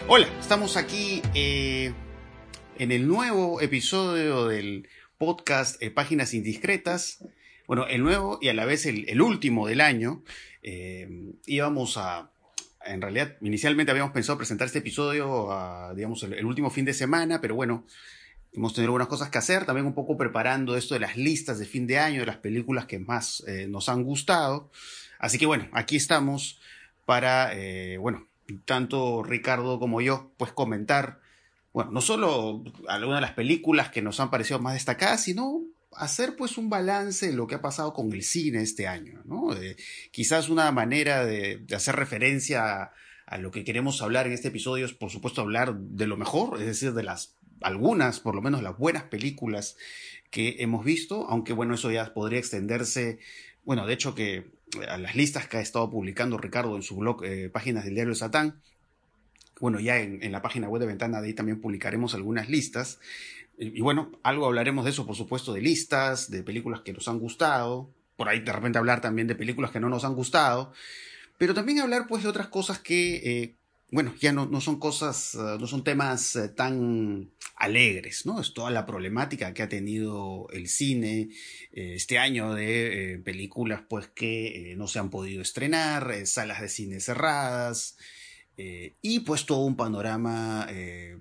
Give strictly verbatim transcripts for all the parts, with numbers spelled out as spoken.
Hola, estamos aquí eh, en el nuevo episodio del podcast eh, Páginas Indiscretas. Bueno, el nuevo y a la vez el, el último del año. Eh, íbamos a, en realidad, inicialmente habíamos pensado presentar este episodio, a, digamos, el, el último fin de semana, pero bueno, hemos tenido algunas cosas que hacer, también un poco preparando esto de las listas de fin de año, de las películas que más eh, nos han gustado. Así que bueno, aquí estamos para, eh, bueno, tanto Ricardo como yo, pues comentar, bueno, no solo algunas de las películas que nos han parecido más destacadas, sino hacer pues un balance de lo que ha pasado con el cine este año, ¿no? Eh, quizás una manera de, de hacer referencia a, a lo que queremos hablar en este episodio es, por supuesto, hablar de lo mejor, es decir, de las algunas, por lo menos las buenas películas que hemos visto, aunque bueno, eso ya podría extenderse, bueno, de hecho que a las listas que ha estado publicando Ricardo en su blog, eh, Páginas del Diario de Satán, bueno, ya en, en la página web de Ventana de ahí también publicaremos algunas listas. Y, y bueno, algo hablaremos de eso, por supuesto, de listas, de películas que nos han gustado, por ahí de repente hablar también de películas que no nos han gustado, pero también hablar pues de otras cosas que, eh, bueno, ya no, no son cosas, uh, no son temas uh, tan alegres, ¿no? Es toda la problemática que ha tenido el cine eh, este año de eh, películas pues que eh, no se han podido estrenar, eh, salas de cine cerradas, eh, y pues todo un panorama eh,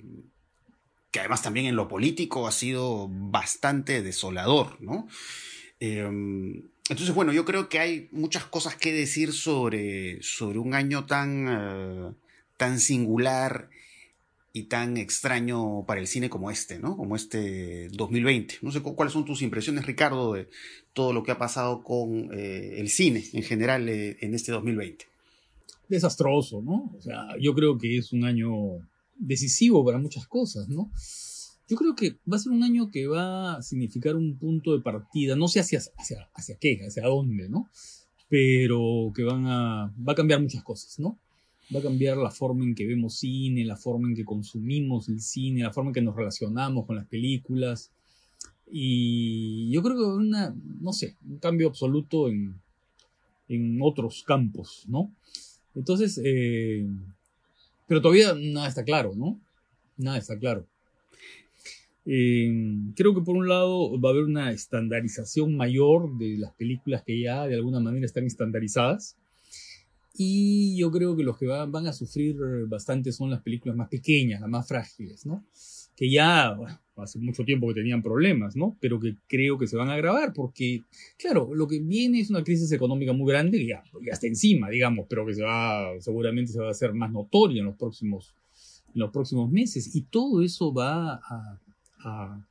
que además también en lo político ha sido bastante desolador, ¿no? Eh, entonces, bueno, yo creo que hay muchas cosas que decir sobre, sobre un año tan, uh, tan singular y tan extraño para el cine como este, ¿no? Como este dos mil veinte. No sé cu- cuáles son tus impresiones, Ricardo, de todo lo que ha pasado con eh, el cine en general eh, en este dos mil veinte. Desastroso, ¿no? O sea, yo creo que es un año decisivo para muchas cosas, ¿no? Yo creo que va a ser un año que va a significar un punto de partida, no sé hacia, hacia, hacia qué, hacia dónde, ¿no? Pero que van a, va a cambiar muchas cosas, ¿no? Va a cambiar la forma en que vemos cine, la forma en que consumimos el cine, la forma en que nos relacionamos con las películas. Y yo creo que una, no sé, un cambio absoluto en, en otros campos, ¿no? Entonces, eh, pero todavía nada está claro, ¿no? Nada está claro. Eh, creo que por un lado va a haber una estandarización mayor de las películas que ya de alguna manera están estandarizadas. Y yo creo que los que va, van a sufrir bastante son las películas más pequeñas, las más frágiles, ¿no? Que ya, bueno, hace mucho tiempo que tenían problemas, ¿no? Pero que creo que se van a agravar porque, claro, lo que viene es una crisis económica muy grande que ya, ya está encima, digamos, pero que se va, seguramente se va a hacer más notoria en los próximos, en los próximos meses. Y todo eso va a, a,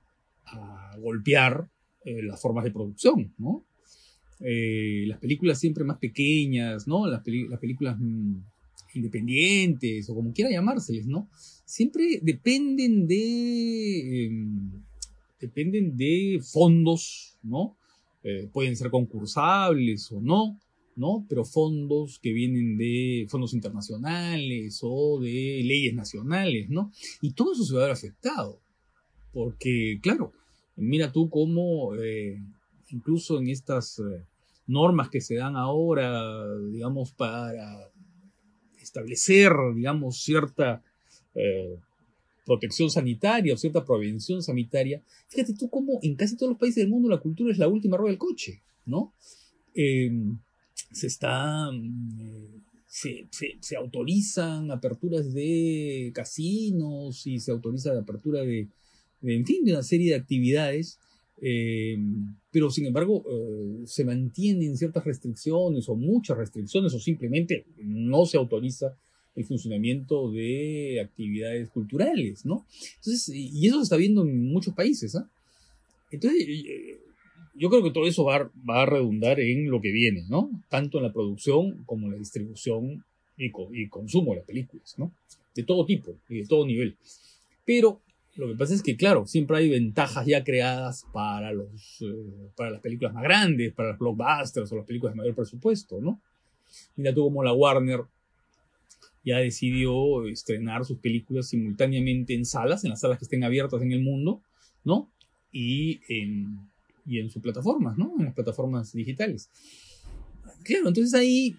a golpear eh, las formas de producción, ¿no? Eh, las películas siempre más pequeñas, ¿no? Las, peli las películas mmm, independientes o como quiera llamárseles, ¿no? Siempre dependen de eh, dependen de fondos, ¿no? Eh, pueden ser concursables o no, ¿no? Pero fondos que vienen de fondos internacionales o de leyes nacionales, ¿no? Y todo eso se va a ver afectado, porque, claro, mira tú cómo eh, incluso en estas eh, normas que se dan ahora, digamos, para establecer, digamos, cierta eh, protección sanitaria o cierta prevención sanitaria, fíjate tú cómo en casi todos los países del mundo la cultura es la última rueda del coche, ¿no? Eh, se está... Eh, se, se, se autorizan aperturas de casinos y se autoriza la apertura de, en fin, de una serie de actividades, eh, pero sin embargo eh, se mantienen ciertas restricciones o muchas restricciones o simplemente no se autoriza el funcionamiento de actividades culturales, ¿no? Entonces, y eso se está viendo en muchos países, ¿ah? ¿eh? Entonces, eh, yo creo que todo eso va a, va a redundar en lo que viene, ¿no? Tanto en la producción como en la distribución y, co y consumo de las películas, ¿no? De todo tipo y de todo nivel. Pero lo que pasa es que, claro, siempre hay ventajas ya creadas para, los, eh, para las películas más grandes, para los blockbusters o las películas de mayor presupuesto, ¿no? Mira tú como la Warner ya decidió estrenar sus películas simultáneamente en salas, en las salas que estén abiertas en el mundo, ¿no? Y en, y en sus plataformas, ¿no? En las plataformas digitales. Claro, entonces ahí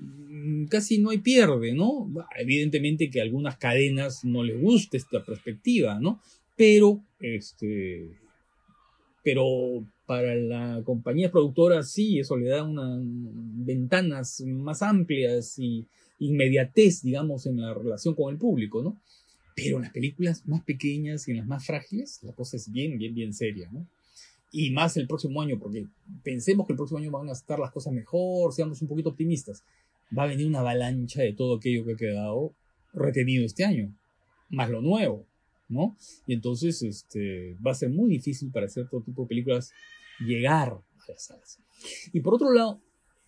casi no hay pierde, ¿no? Evidentemente que a algunas cadenas no les gusta esta perspectiva, ¿no? Pero, este, pero para la compañía productora sí, eso le da unas ventanas más amplias y inmediatez, digamos, en la relación con el público, ¿no? Pero en las películas más pequeñas y en las más frágiles, la cosa es bien, bien, bien seria, ¿no? Y más el próximo año, porque pensemos que el próximo año van a estar las cosas mejor, seamos un poquito optimistas. Va a venir una avalancha de todo aquello que ha quedado retenido este año, más lo nuevo, ¿no? Y entonces este, va a ser muy difícil para cierto tipo de películas llegar a las salas. Y por otro lado,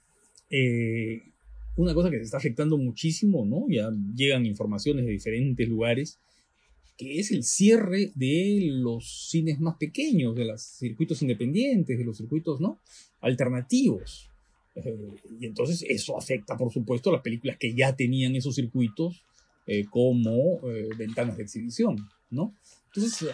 eh, una cosa que se está afectando muchísimo, ¿no? Ya llegan informaciones de diferentes lugares, que es el cierre de los cines más pequeños, de los circuitos independientes, de los circuitos, ¿no?, alternativos. Eh, y entonces eso afecta, por supuesto, a las películas que ya tenían esos circuitos eh, como eh, ventanas de exhibición, ¿no? Entonces,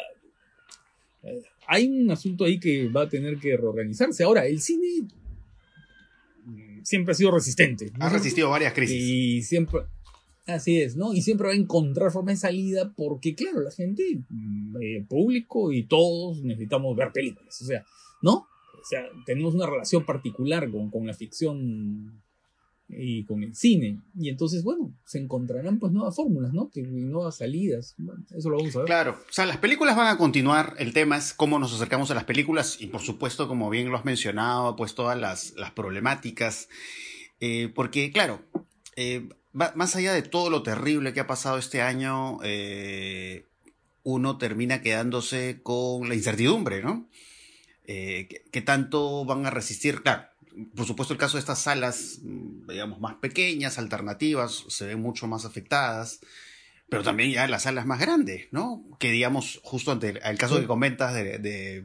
uh, uh, hay un asunto ahí que va a tener que reorganizarse. Ahora, el cine siempre ha sido resistente, ¿no? Ha resistido varias crisis. Y siempre... Así es, ¿no? Y siempre va a encontrar forma de salida porque, claro, la gente, el público y todos necesitamos ver películas, o sea, ¿no? O sea, tenemos una relación particular con, con la ficción y con el cine. Y entonces, bueno, se encontrarán pues nuevas fórmulas, ¿no? Que, nuevas salidas. Bueno, eso lo vamos a ver. Claro, o sea, las películas van a continuar. El tema es cómo nos acercamos a las películas y, por supuesto, como bien lo has mencionado, pues todas las, las problemáticas. Eh, porque, claro, eh, va, más allá de todo lo terrible que ha pasado este año, eh, uno termina quedándose con la incertidumbre, ¿no? Eh, ¿qué, qué tanto van a resistir? Claro, por supuesto el caso de estas salas, digamos, más pequeñas, alternativas, se ven mucho más afectadas, pero también ya las salas más grandes, ¿no? Que digamos, justo ante el, el caso Sí. que comentas de, de,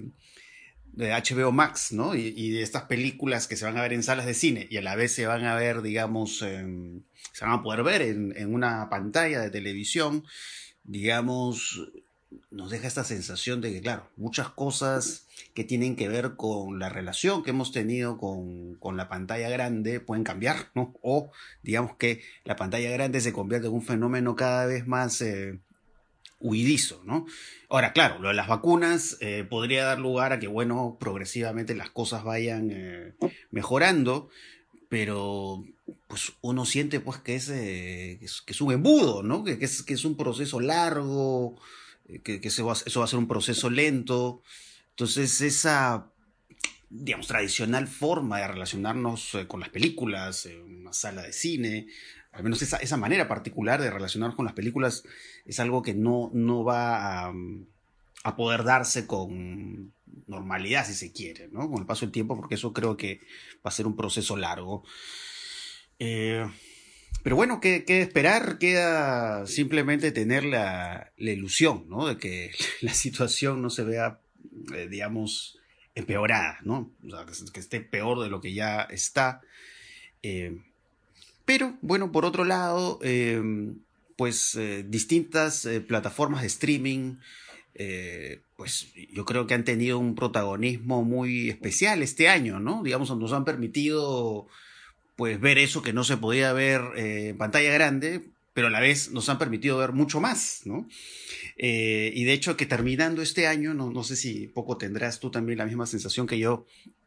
de H B O Max, ¿no? Y, y de estas películas que se van a ver en salas de cine y a la vez se van a ver, digamos, en, se van a poder ver en, en una pantalla de televisión, digamos, nos deja esta sensación de que, claro, muchas cosas que tienen que ver con la relación que hemos tenido con, con la pantalla grande pueden cambiar, ¿no? O digamos que la pantalla grande se convierte en un fenómeno cada vez más eh, huidizo, ¿no? Ahora, claro, lo de las vacunas eh, podría dar lugar a que, bueno, progresivamente las cosas vayan eh, mejorando, pero pues uno siente pues que es, eh, que es, que es un embudo, ¿no? Que, que, es, que es un proceso largo, que, que eso, va, eso va a ser un proceso lento. Entonces esa, digamos, tradicional forma de relacionarnos eh, con las películas, en eh, una sala de cine, al menos esa, esa manera particular de relacionarnos con las películas es algo que no, no va a, a poder darse con normalidad, si se quiere, ¿no? Con el paso del tiempo, porque eso creo que va a ser un proceso largo. Eh, pero bueno, ¿qué, qué esperar? Queda simplemente tener la, la ilusión, ¿no? De que la situación no se vea, eh, digamos, empeorada, ¿no? O sea, que, que esté peor de lo que ya está. Eh, pero, bueno, por otro lado, eh, pues eh, distintas eh, plataformas de streaming, eh, pues yo creo que han tenido un protagonismo muy especial este año, ¿no? Digamos, nos han permitido pues ver eso que no se podía ver eh, en pantalla grande, pero a la vez nos han permitido ver mucho más, ¿no? Eh, y de hecho que terminando este año, no, no sé si poco tendrás tú también la misma sensación que yo,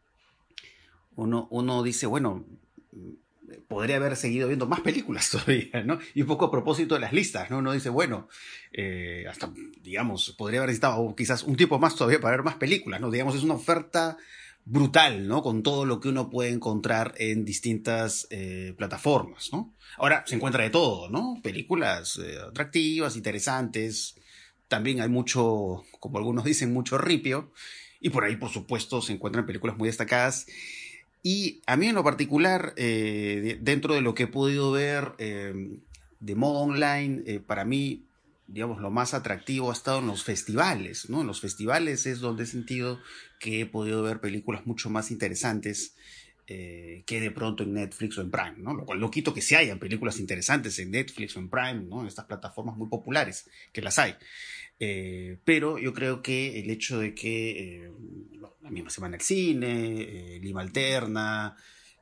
uno, uno dice, bueno, podría haber seguido viendo más películas todavía, ¿no? Y un poco a propósito de las listas, ¿no? Uno dice, bueno, eh, hasta, digamos, podría haber necesitado quizás un tiempo más todavía para ver más películas, ¿no? Digamos, es una oferta brutal, ¿no? Con todo lo que uno puede encontrar en distintas eh, plataformas, ¿no? Ahora se encuentra de todo, ¿no? Películas eh, atractivas, interesantes. También hay mucho, como algunos dicen, mucho ripio. Y por ahí, por supuesto, se encuentran películas muy destacadas. Y a mí en lo particular, eh, dentro de lo que he podido ver eh, de modo online, eh, para mí, digamos, lo más atractivo ha estado en los festivales, ¿no? En los festivales es donde he sentido que he podido ver películas mucho más interesantes eh, que de pronto en Netflix o en Prime, ¿no? Lo cual no quito que sí hayan películas interesantes en Netflix o en Prime, ¿no? En estas plataformas muy populares, que las hay. Eh, pero yo creo que el hecho de que eh, la misma semana el cine, eh, Lima Alterna,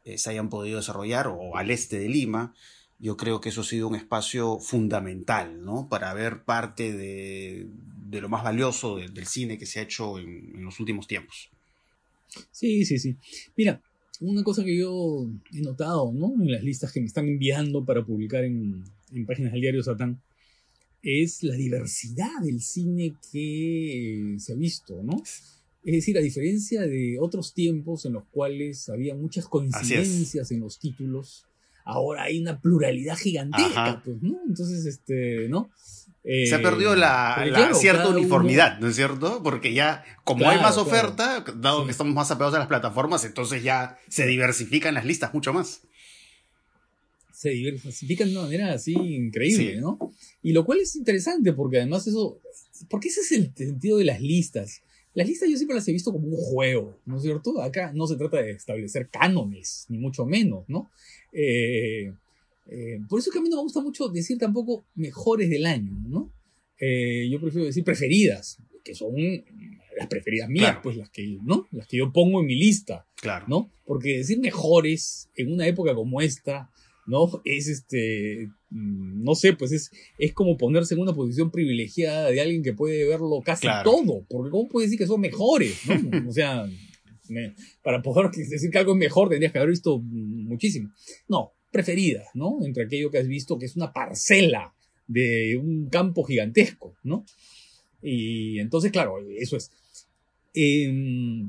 eh, se hayan podido desarrollar, o al este de Lima. Yo creo que eso ha sido un espacio fundamental, ¿no? Para ver parte de, de lo más valioso de, del cine que se ha hecho en, en los últimos tiempos. Sí, sí, sí. Mira, una cosa que yo he notado, ¿no? En las listas que me están enviando para publicar en, en páginas del diario Satán, es la diversidad del cine que se ha visto, ¿no? Es decir, a diferencia de otros tiempos en los cuales había muchas coincidencias en los títulos, ahora hay una pluralidad gigantesca, Ajá. pues, ¿no? Entonces, este, ¿no? Eh, se ha perdido la, la claro, cierta uniformidad, uno... ¿no es cierto? Porque ya, como claro, hay más oferta, claro. dado sí. que estamos más apegados a las plataformas, entonces ya se diversifican las listas mucho más. Se diversifican de una manera así increíble, sí. ¿no? Y lo cual es interesante porque además eso, porque ese es el sentido de las listas. Las listas yo siempre las he visto como un juego, ¿no es cierto? Acá no se trata de establecer cánones, ni mucho menos, ¿no? Eh, eh, por eso que a mí no me gusta mucho decir tampoco mejores del año, ¿no? Eh, yo prefiero decir preferidas, que son las preferidas mías, claro. pues las que, ¿no? Las que yo pongo en mi lista, claro. ¿no? Porque decir mejores en una época como esta, ¿no? Es este, no sé, pues es, es como ponerse en una posición privilegiada de alguien que puede verlo casi claro. todo, porque ¿cómo puede decir que son mejores, ¿no? O sea, me, para poder decir que algo es mejor tendrías que haber visto muchísimo. No, preferidas, ¿no? Entre aquello que has visto que es una parcela de un campo gigantesco, ¿no? Y entonces, claro, eso es. Eh,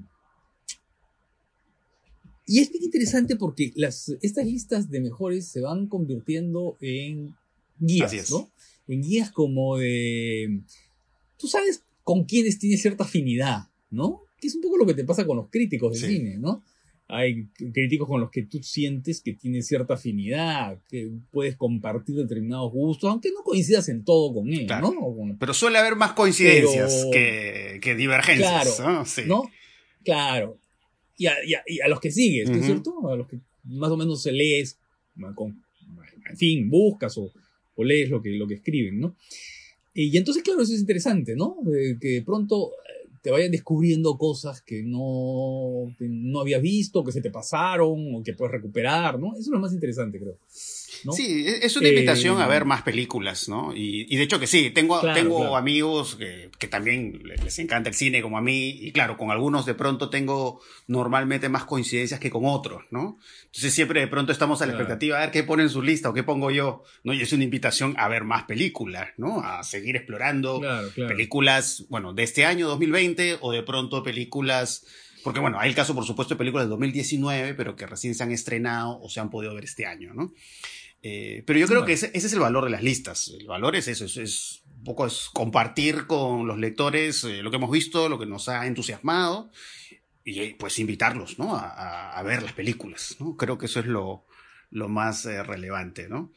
Y es bien interesante porque las, estas listas de mejores se van convirtiendo en guías, ¿no? En guías como de... Tú sabes con quiénes tienes cierta afinidad, ¿no? Que es un poco lo que te pasa con los críticos de sí. cine, ¿no? Hay críticos con los que tú sientes que tienes cierta afinidad, que puedes compartir determinados gustos, aunque no coincidas en todo con él, claro. ¿no? Con... Pero suele haber más coincidencias Pero... que, que divergencias, claro, ¿no? Sí. ¿no? Claro. Y a, y, a, y a los que sigues, ¿no es uh-huh. cierto? A los que más o menos lees, con, en fin, buscas o, o lees lo que, lo que escriben, ¿no? Y, y entonces, claro, eso es interesante, ¿no? De, que de pronto te vayan descubriendo cosas que no, que no habías visto, que se te pasaron, o que puedes recuperar, ¿no? Eso es lo más interesante, creo. ¿no? Sí, es una invitación eh, a ver más películas, ¿no? Y, y de hecho que sí, tengo, claro, tengo claro. amigos que, que también les encanta el cine como a mí, y claro, con algunos de pronto tengo normalmente más coincidencias que con otros, ¿no? Entonces siempre de pronto estamos a la claro. expectativa a ver qué ponen en su lista o qué pongo yo, ¿no? Y es una invitación a ver más películas, ¿no? A seguir explorando claro, claro. películas, bueno, de este año dos mil veinte o de pronto películas... Porque bueno, hay el caso por supuesto de películas de dos mil diecinueve, pero que recién se han estrenado o se han podido ver este año, ¿no? Eh, pero yo creo bueno. que ese, ese es el valor de las listas. El valor es eso, es, es un poco es compartir con los lectores eh, lo que hemos visto, lo que nos ha entusiasmado y pues invitarlos, ¿no? a, a, a ver las películas, ¿no? Creo que eso es lo, lo más eh, relevante, ¿no?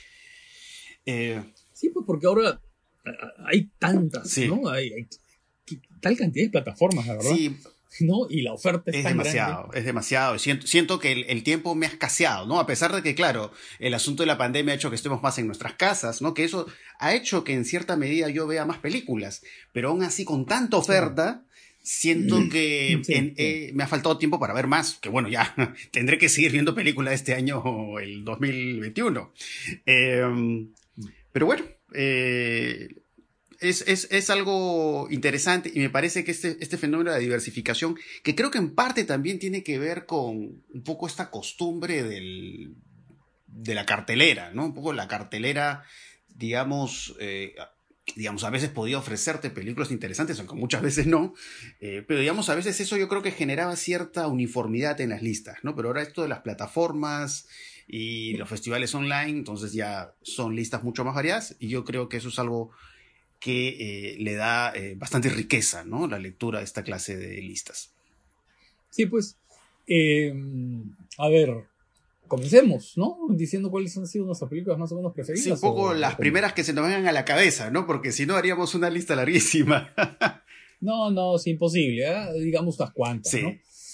Eh, sí, pues porque ahora hay tantas, sí. ¿no? Hay, hay tal cantidad de plataformas, la verdad. Sí. ¿No? Y la oferta es, es tan demasiado, grande. es demasiado. Siento, siento que el, el tiempo me ha escaseado, ¿no? A pesar de que, claro, el asunto de la pandemia ha hecho que estemos más en nuestras casas, ¿no? Que eso ha hecho que en cierta medida yo vea más películas, pero aún así con tanta oferta, siento que sí, en, sí. Eh, me ha faltado tiempo para ver más, que bueno, ya tendré que seguir viendo películas este año, el dos mil veintiuno. Eh, pero bueno, eh, Es, es, es algo interesante y me parece que este, este fenómeno de la diversificación, que creo que en parte también tiene que ver con un poco esta costumbre del, de la cartelera, ¿no? Un poco la cartelera, digamos, eh, digamos, a veces podía ofrecerte películas interesantes, aunque muchas veces no, eh, pero digamos, a veces eso yo creo que generaba cierta uniformidad en las listas, ¿no? Pero ahora esto de las plataformas y los festivales online, entonces ya son listas mucho más variadas y yo creo que eso es algo que eh, le da eh, bastante riqueza, ¿no? La lectura de esta clase de listas. Sí, pues, eh, a ver, comencemos, ¿no? Diciendo cuáles han sido nuestras películas más o menos preferidas. Sí, un poco o, las o primeras que se nos vengan a la cabeza, ¿no? Porque si no haríamos una lista larguísima. no, no, es imposible, ¿eh? Digamos unas cuantas, sí. ¿no?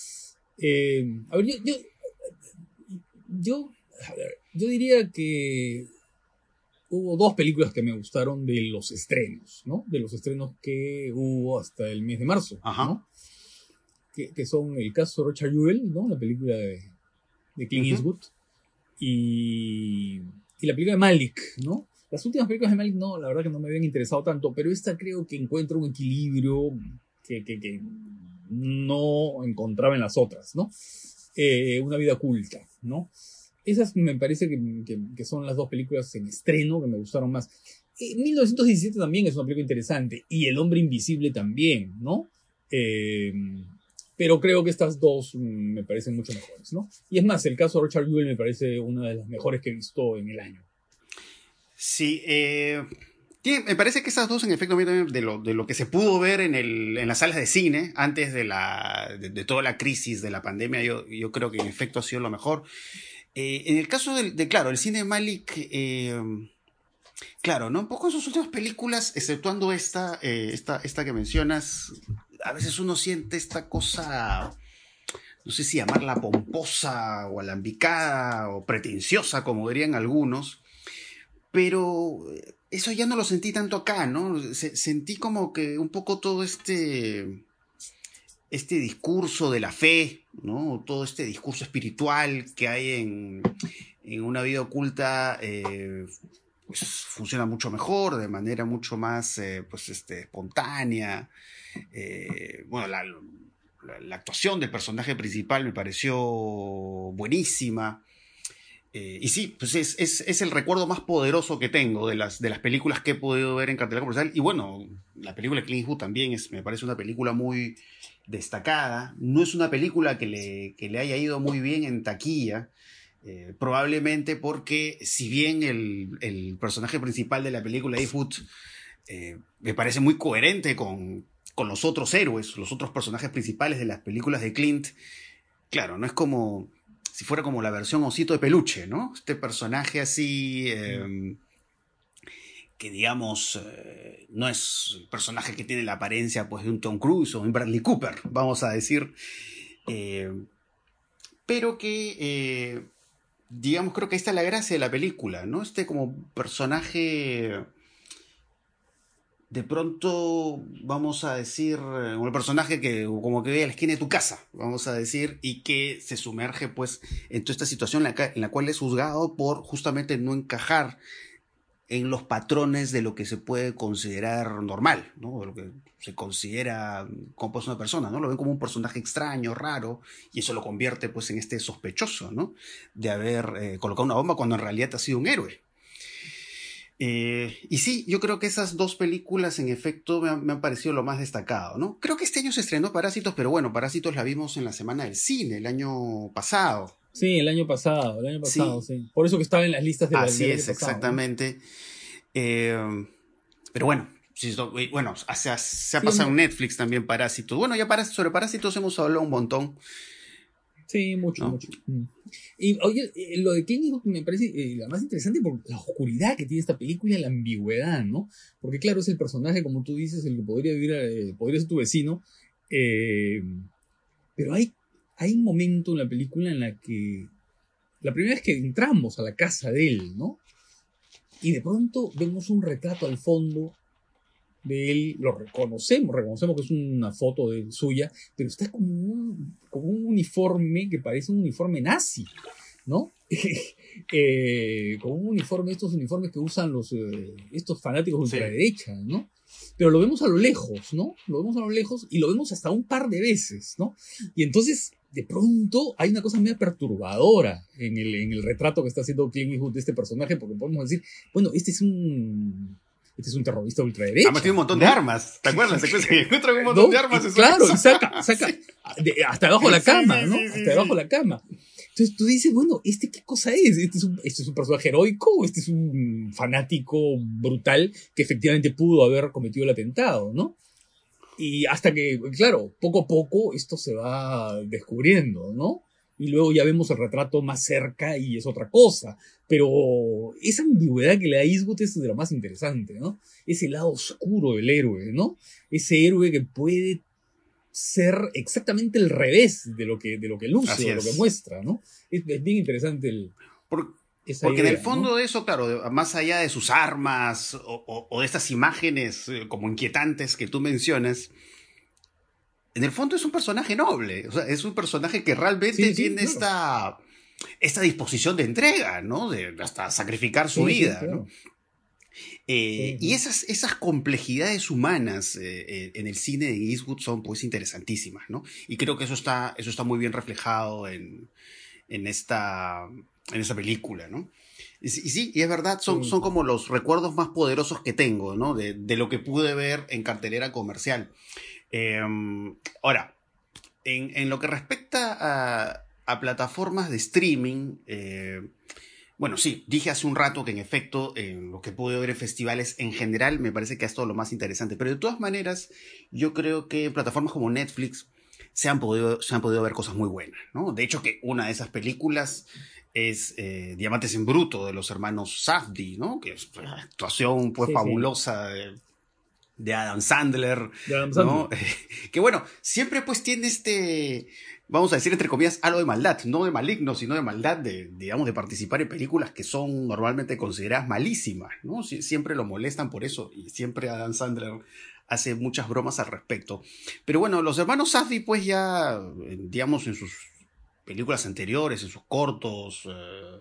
Eh, a ver, yo, yo, yo, a ver, yo diría que hubo dos películas que me gustaron de los estrenos, ¿no? De los estrenos que hubo hasta el mes de marzo, Ajá. ¿no? Que, que son el caso de Richard Jewell, ¿no? La película de, de Clint Ujú. Eastwood. Y, y la película de Malik, ¿no? Las últimas películas de Malik, no, la verdad que no me habían interesado tanto, pero esta creo que encuentra un equilibrio que, que, que no encontraba en las otras, ¿no? Eh, una vida oculta, ¿no? Esas me parece que, que, que son las dos películas en estreno que me gustaron más. Eh, mil novecientos diecisiete también es una película interesante, y El Hombre Invisible también, ¿no? Eh, pero creo que estas dos mm, me parecen mucho mejores, ¿no? Y es más, el caso de Richard Jewell me parece una de las mejores que he visto en el año. Sí, eh, tiene- me parece que esas dos, en efecto, a mí también, de lo, de lo que se pudo ver en, el, en las salas de cine antes de, la, de, de toda la crisis de la pandemia, yo, yo creo que en efecto ha sido lo mejor. Eh, en el caso del- de, claro, el cine de Malik, eh, claro, ¿no? Un poco en sus últimas películas, exceptuando esta, eh, esta, esta que mencionas, a veces uno siente esta cosa, no sé si llamarla pomposa o alambicada o pretenciosa, como dirían algunos, pero eso ya no lo sentí tanto acá, ¿no? Se- sentí como que un poco todo este, este discurso de la fe, ¿no? Todo este discurso espiritual que hay en, en una vida oculta, eh, pues funciona mucho mejor, de manera mucho más, eh, pues, este, espontánea. Eh, bueno, la, la, la actuación del personaje principal me pareció buenísima. Eh, y sí, pues es, es, es el recuerdo más poderoso que tengo de las, de las películas que he podido ver en cartelera comercial. Y bueno, la película de Clint Eastwood también es, me parece una película muy destacada. No es una película que le, que le haya ido muy bien en taquilla. Eh, probablemente porque, si bien el, el personaje principal de la película, Eastwood, eh, me parece muy coherente con, con los otros héroes, los otros personajes principales de las películas de Clint, claro, no es como si fuera como la versión osito de peluche, ¿no? Este personaje así, eh, que digamos, eh, no es el personaje que tiene la apariencia pues de un Tom Cruise o un Bradley Cooper, vamos a decir, eh, pero que, eh, digamos, creo que ahí está la gracia de la película, ¿no? Este como personaje, de pronto, vamos a decir, eh, un personaje que como que ve a la esquina de tu casa, vamos a decir, y que se sumerge pues en toda esta situación en la, en la cual es juzgado por justamente no encajar en los patrones de lo que se puede considerar normal, ¿no? De lo que se considera como pues una persona, ¿no? Lo ven como un personaje extraño, raro, y eso lo convierte pues en este sospechoso, ¿no? De haber eh, colocado una bomba cuando en realidad ha sido un héroe. Eh, y sí, yo creo que esas dos películas en efecto me han, me han parecido lo más destacado, ¿no? Creo que este año se estrenó Parásitos, pero bueno, Parásitos la vimos en la Semana del Cine, el año pasado. Sí, el año pasado, el año pasado, Sí, sí. Por eso que estaba en las listas del, así del año es, pasado, ¿no? exactamente. Eh, pero bueno, sí, esto- bueno, se ha, se ha Sí, pasado en hemos- Netflix también Parásitos. Bueno, ya para, sobre Parásitos hemos hablado un montón, sí, mucho, ¿no? mucho. Mm. Y oye, eh, lo de Clint Eastwood me parece eh, la más interesante por la oscuridad que tiene esta película y la ambigüedad, ¿no? Porque claro, es el personaje, como tú dices, el que podría vivir, eh, podría ser tu vecino, eh, pero hay, hay un momento en la película en la que la primera vez que entramos a la casa de él, ¿no? Y de pronto vemos un retrato al fondo de él, lo reconocemos, reconocemos que es una foto de suya, pero está como un, como un uniforme que parece un uniforme nazi, ¿no? eh, como un uniforme, estos uniformes que usan los, eh, estos fanáticos de Sí. ultraderecha, ¿no? Pero lo vemos a lo lejos, ¿no? Lo vemos a lo lejos y lo vemos hasta un par de veces, ¿no? Y entonces, de pronto, hay una cosa medio perturbadora en el, en el retrato que está haciendo Clint Eastwood de este personaje, porque podemos decir, bueno, este es un este es un terrorista Además tiene ultraderecha, un montón de ¿no? armas, ¿te acuerdas? Se encuentran un montón ¿No? de armas Y en su claro, y casa. saca, saca Sí. de- hasta debajo de la Sí, cama, sí, ¿no? sí, sí, Hasta debajo sí. de la cama. Entonces tú dices, bueno, ¿este qué cosa es? ¿Este es un, este es un personaje heroico o este es un fanático brutal que efectivamente pudo haber cometido el atentado, ¿no? Y hasta que, claro, poco a poco esto se va descubriendo, ¿no? Y luego ya vemos el retrato más cerca y es otra cosa. Pero esa ambigüedad que le da Eastwood es de lo más interesante, ¿no? Ese lado oscuro del héroe, ¿no? Ese héroe que puede ser exactamente el revés de lo que, de lo que luce Así o lo que es. muestra, ¿no? Es, es bien interesante el, Por- esa porque en el idea, ¿no? fondo de eso, claro, de- más allá de sus armas o, o- o de estas imágenes eh, como inquietantes que tú mencionas, en el fondo es un personaje noble. O sea, es un personaje que realmente Sí, sí, tiene claro. esta, esta disposición de entrega, ¿no? De hasta sacrificar su Sí, sí, vida, claro. ¿no? Eh, Sí, y sí. esas, esas complejidades humanas eh, eh, en el cine de Eastwood son pues interesantísimas, ¿no? Y creo que eso está, eso está muy bien reflejado en, en, esta, en esta película, ¿no? Y, sí- y sí, y es verdad, son, Sí, son sí. como los recuerdos más poderosos que tengo, ¿no? De, de lo que pude ver en cartelera comercial. Eh, ahora, en, en lo que respecta a, a plataformas de streaming, eh, bueno, sí, dije hace un rato que en efecto, en lo que pude ver en festivales en general, me parece que es todo lo más interesante. Pero de todas maneras, yo creo que en plataformas como Netflix se han podido, se han podido ver cosas muy buenas, ¿no? De hecho, que una de esas películas es eh, Diamantes en Bruto de los hermanos Safdie, ¿no? Que es una actuación pues Sí, sí. fabulosa de, de Adam Sandler, De Adam Sandler. ¿no? Que bueno, siempre pues tiene este, vamos a decir entre comillas, algo de maldad, no de maligno, sino de maldad, de, digamos, de participar en películas que son normalmente consideradas malísimas, ¿no? Sie- siempre lo molestan por eso y siempre Adam Sandler hace muchas bromas al respecto. Pero bueno, los hermanos Safdie pues ya, eh, digamos, en sus películas anteriores, en sus cortos, eh,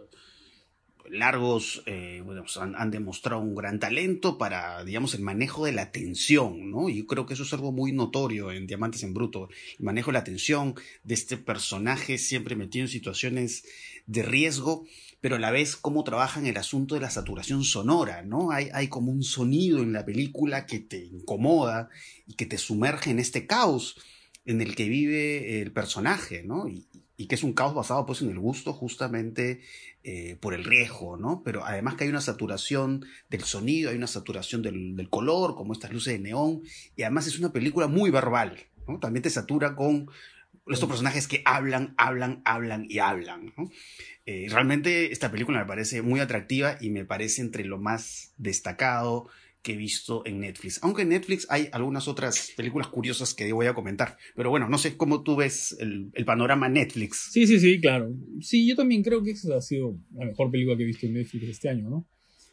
largos, eh, bueno, pues han, han, demostrado un gran talento para, digamos, el manejo de la tensión, ¿no? Y yo creo que eso es algo muy notorio en Diamantes en Bruto, el manejo de la tensión de este personaje siempre metido en situaciones de riesgo, pero a la vez cómo trabajan el asunto de la saturación sonora, ¿no? Hay, hay como un sonido en la película que te incomoda y que te sumerge en este caos en el que vive el personaje, ¿no? Y, y que es un caos basado pues en el gusto justamente eh, por el riesgo, ¿no? Pero además que hay una saturación del sonido, hay una saturación del, del color, como estas luces de neón, y además es una película muy verbal, ¿no? También te satura con estos Sí. personajes que hablan, hablan, hablan y hablan, ¿no? Eh, realmente esta película me parece muy atractiva y me parece entre lo más destacado que he visto en Netflix. Aunque en Netflix hay algunas otras películas curiosas que voy a comentar. Pero bueno, no sé cómo tú ves el, el panorama Netflix. Sí, sí, sí, claro. Sí, yo también creo que esa ha sido la mejor película que he visto en Netflix este año, ¿no?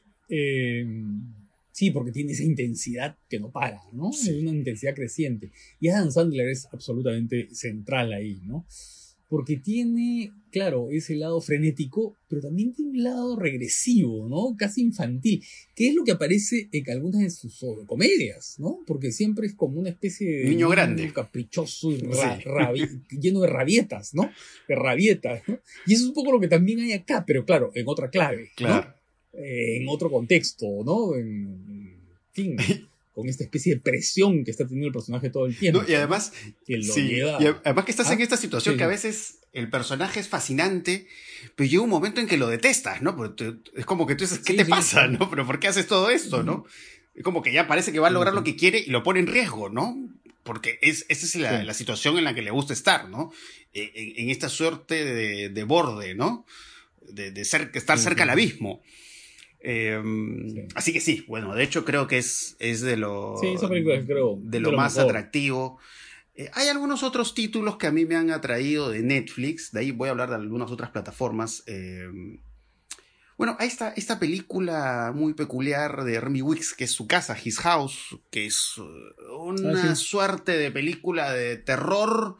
Eh, sí, porque tiene esa intensidad que no para, ¿no? Es Sí. una intensidad creciente. Y Adam Sandler es absolutamente central ahí, ¿no? Porque tiene, claro, ese lado frenético, pero también tiene un lado regresivo, ¿no? Casi infantil, que es lo que aparece en algunas de sus comedias, ¿no? Porque siempre es como una especie de Niño grande. niño caprichoso y ra Sí. rabi lleno de rabietas, ¿no? De rabietas, ¿no? Y eso es un poco lo que también hay acá, pero claro, en otra clave, ¿no? Claro. Eh, en otro contexto, ¿no? En, en fin, con esta especie de presión que está teniendo el personaje todo el No, y tiempo, ¿no? además, Que lo sí, y lleva además que estás en a... esta situación Sí, que a sí. veces el personaje es fascinante, pero llega un momento en que lo detestas, ¿no? Porque te- es como que tú dices, ¿qué Sí, te sí, pasa, claro. no? ¿Pero por qué haces todo esto, Ujú. no? Es como que ya parece que va a Sí, lograr lo sí, que quiere y lo pone en riesgo, ¿no? Porque es, esa es la, sí. la situación en la que le gusta estar, ¿no? Eh, En, en esta suerte de, de borde, ¿no? De, de ser, estar Sí, cerca sí, al sí. abismo. Eh, Sí, así que sí, bueno, de hecho creo que es, es de sí, esa lo, película es, creo, de de lo lo más mejor. atractivo. Eh, hay algunos otros títulos que a mí me han atraído de Netflix, de ahí voy a hablar de algunas otras plataformas. Eh, bueno, hay esta, esta película muy peculiar de Remy Wicks, que es Su casa, His House, que es uh, Ah, una sí. suerte de película de terror,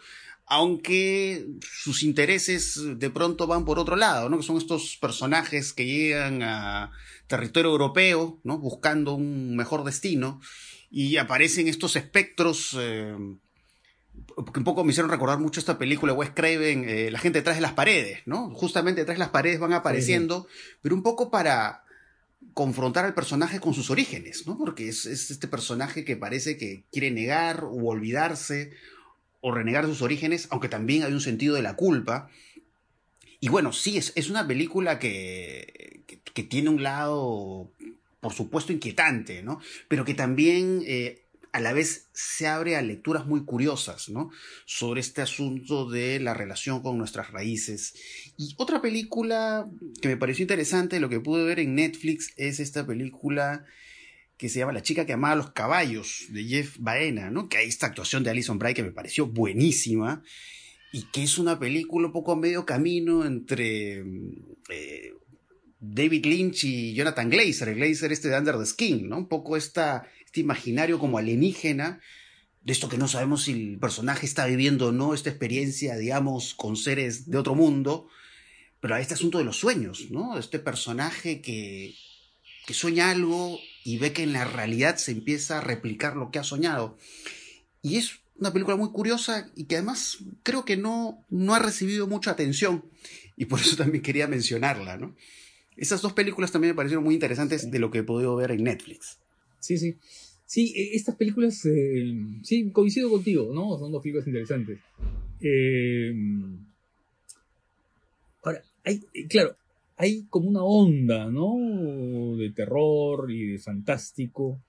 aunque sus intereses de pronto van por otro lado, ¿no? Que son estos personajes que llegan a territorio europeo, ¿no? Buscando un mejor destino, y aparecen estos espectros... Eh, que un poco me hicieron recordar mucho esta película de Wes Craven, eh, La gente detrás de las paredes, ¿no? Justamente detrás de las paredes van Sí, sí. apareciendo, pero un poco para confrontar al personaje con sus orígenes, ¿no? Porque es, es este personaje que parece que quiere negar o olvidarse o renegar sus orígenes, aunque también hay un sentido de la culpa. Y bueno, sí, es, es una película que, que, que tiene un lado, por supuesto, inquietante, ¿no? Pero que también eh, a la vez se abre a lecturas muy curiosas, ¿no? Sobre este asunto de la relación con nuestras raíces. Y otra película que me pareció interesante, lo que pude ver en Netflix, es esta película que se llama La chica que amaba los caballos, de Jeff Baena, ¿no? Que hay esta actuación de Alison Brie que me pareció buenísima y que es una película un poco a medio camino entre eh, David Lynch y Jonathan Glazer, el Glazer este de Under the Skin, ¿no? Un poco esta, este imaginario como alienígena, de esto que no sabemos si el personaje está viviendo o no, esta experiencia, digamos, con seres de otro mundo, pero a este asunto de los sueños, ¿no? Este personaje que, que sueña algo y ve que en la realidad se empieza a replicar lo que ha soñado. Y es una película muy curiosa y que además creo que no, no ha recibido mucha atención. Y por eso también quería mencionarla, ¿no? Esas dos películas también me parecieron muy interesantes Sí, de lo que he podido ver en Netflix. sí. Sí, sí eh, estas películas, eh, sí, coincido contigo, ¿no? Son dos películas interesantes. Eh, ahora, hay, eh, claro, hay como una onda, ¿no? De terror y de fantástico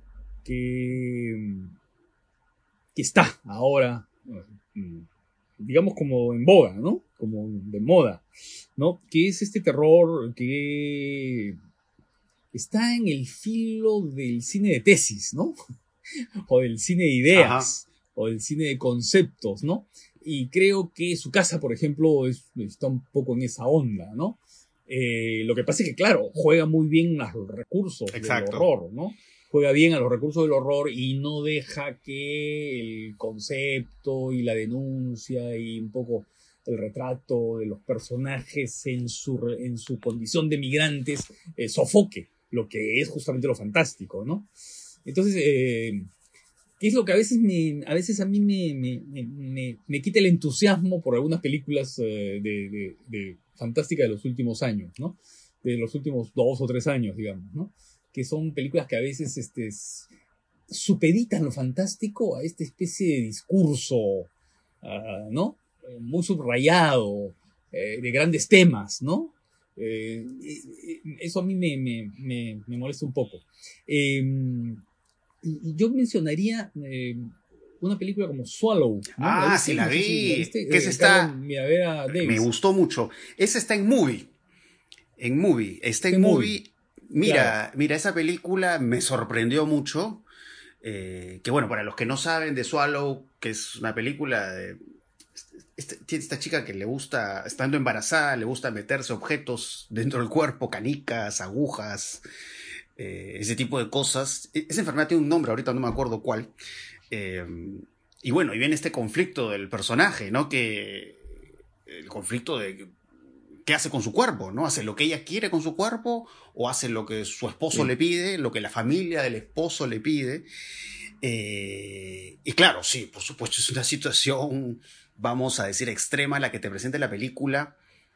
que, que está ahora, mm, digamos, como en boga, ¿no? Como de moda, ¿no? Que es este terror que está en el filo del cine de tesis, ¿no? O del cine de Ajá, ideas, o del cine de conceptos, ¿no? Y creo que su casa, por ejemplo, es, está un poco en esa onda, ¿no? Eh, lo que pasa es que, claro, juega muy bien a los recursos del exacto. horror, ¿no? Juega bien a los recursos del horror y no deja que el concepto y la denuncia y un poco el retrato de los personajes en su, en su condición de migrantes eh, sofoque lo que es justamente lo fantástico, ¿no? Entonces, eh, ¿qué es lo que a veces, me, a, veces a mí me, me, me, me, me quita el entusiasmo por algunas películas eh, de, de, de fantástica de los últimos años, ¿no? De los últimos dos o tres años, digamos, ¿no? Que son películas que a veces este, supeditan lo fantástico a esta especie de discurso, uh, ¿no? Eh, muy subrayado, eh, de grandes temas, ¿no? Eh, eso a mí me, me, me, me molesta un poco. Eh, y yo mencionaría eh, una película como Swallow, ¿no? ¿La Ah, sí, viste? la No sé si la vi. viste. Que esa Eh, Carlos está. Miravera Me Davis. gustó mucho. Esa está en Movie. En Movie. Está Este en movie, Movie. claro. Mira, mira, esa película me sorprendió mucho. Eh, que bueno, para los que no saben de Swallow, que es una película de. Esta, tiene esta chica que le gusta, estando embarazada, le gusta meterse objetos dentro del cuerpo, canicas, agujas, eh, ese tipo de cosas. E- Esa enfermedad tiene un nombre, ahorita no me acuerdo cuál. Eh, y bueno, y viene este conflicto del personaje, ¿no? Que el conflicto de qué hace con su cuerpo, ¿no? ¿Hace lo que ella quiere con su cuerpo o hace lo que su esposo Sí. le pide, lo que la familia del esposo le pide? Eh, y claro, sí, por supuesto, es una situación, vamos a decir, extrema la que te presenta la película,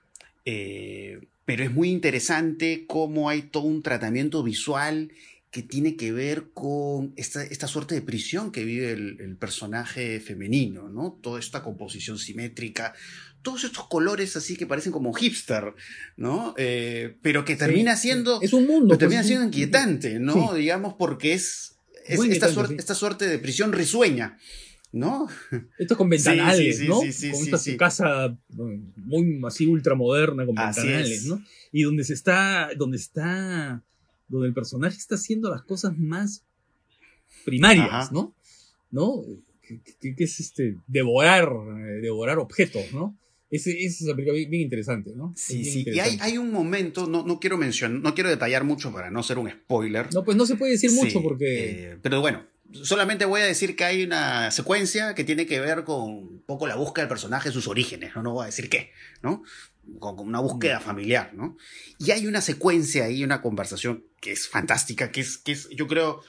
eh, pero es muy interesante cómo hay todo un tratamiento visual que tiene que ver con esta, esta suerte de prisión que vive el, el personaje femenino, ¿no? Toda esta composición simétrica, todos estos colores así que parecen como hipster, ¿no? Eh, pero que Sí, termina sí. siendo, Es un pero mundo, pues termina es siendo un. inquietante, ¿no? Sí, Digamos, porque es, es muy esta, inquietante, suerte, sí. esta suerte de prisión risueña, ¿no? Estos con Sí, sí, ventanales, sí, sí, ¿no? sí, Con sí, esta su sí. casa eh, muy así ultramoderna con Así ventanales, es. ¿no? Y donde se está, donde está, donde el personaje está haciendo las cosas más primarias, Ajá. ¿no? ¿No? Que, que- que es este, devorar, eh, devorar objetos, ¿no? Ese, esa es una película bien, bien interesante, ¿no? Es Sí, bien sí. Y hay, interesante. hay un momento, no, no quiero mencionar, no quiero detallar mucho para no ser un spoiler. No, pues no se puede decir mucho Sí, porque. eh, pero bueno, solamente voy a decir que hay una secuencia que tiene que ver con un poco la búsqueda del personaje, sus orígenes, no, no voy a decir qué, ¿no? Con, con una búsqueda Ya. familiar, ¿no? Y hay una secuencia ahí, una conversación que es fantástica, que es, que es yo creo,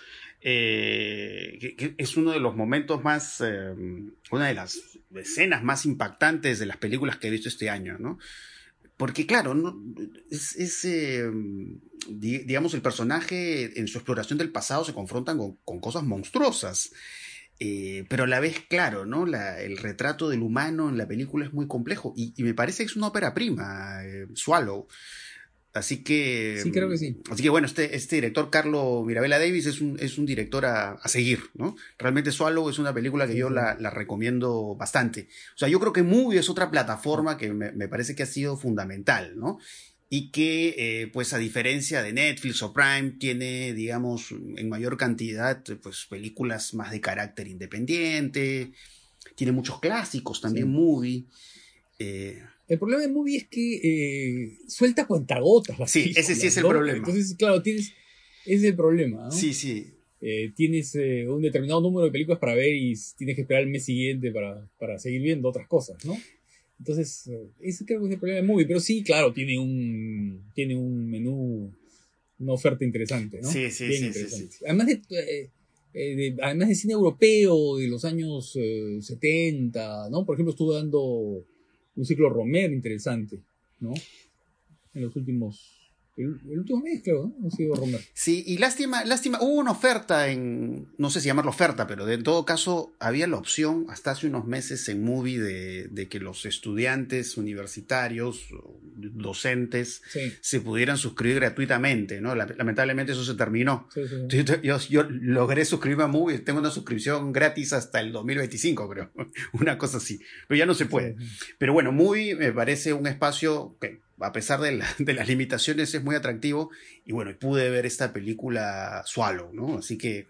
eh, que, que es uno de los momentos más, eh, una de las escenas más impactantes de las películas que he visto este año, ¿no? Porque claro, no, es, es, eh, di- digamos, el personaje en su exploración del pasado se confrontan con, con cosas monstruosas, eh, pero a la vez, claro, ¿no? La- el retrato del humano en la película es muy complejo y, y me parece que es una ópera prima, eh, Swallow. Así que, Sí, creo que sí. mm, así que bueno, este, este director, Carlo Mirabella Davis, es un, es un director a, a seguir, ¿no? Realmente Swallow es una película que Sí, yo sí. la, la recomiendo bastante. O sea, yo creo que Movie es otra plataforma que me, me parece que ha sido fundamental, ¿no? Y que, eh, pues a diferencia de Netflix o Prime, tiene, digamos, en mayor cantidad, pues películas más de carácter independiente, tiene muchos clásicos también, Sí. Movie. Eh, El problema de Movie es que eh, suelta cuentagotas las sí, ese sí es películas, el ¿no? problema. Entonces, claro, tienes. Ese es el problema, ¿no? Sí, sí. Eh, tienes eh, un determinado número de películas para ver y tienes que esperar el mes siguiente para, para seguir viendo otras cosas, ¿no? Entonces, eh, ese creo que es el problema de Movie, pero sí, claro, tiene un, tiene un menú, una oferta interesante, ¿no? Sí, sí, Bien sí, sí, interesante. sí. Además de, eh, eh, de- además de cine europeo de los años eh, setenta, ¿no? Por ejemplo, estuvo dando un ciclo Romero interesante, ¿no? En los últimos, el, el último mes, creo, ¿no? Ha sido Romero. Sí, y lástima, lástima, hubo una oferta en, no sé si llamarlo oferta, pero de- en todo caso había la opción hasta hace unos meses en Movie de, de que los estudiantes universitarios, o docentes, Sí, se pudieran suscribir gratuitamente, ¿no? La- Lamentablemente eso se terminó. sí, sí. Sí. Entonces, Yo, yo logré suscribirme a Movie, tengo una suscripción gratis hasta el dos mil veinticinco, creo, una cosa así, pero ya no se Sí, puede. sí. Pero bueno, Movie me parece un espacio que, a pesar de, la- de las limitaciones, es muy atractivo. Y bueno, pude ver esta película Swallow, ¿no? Así que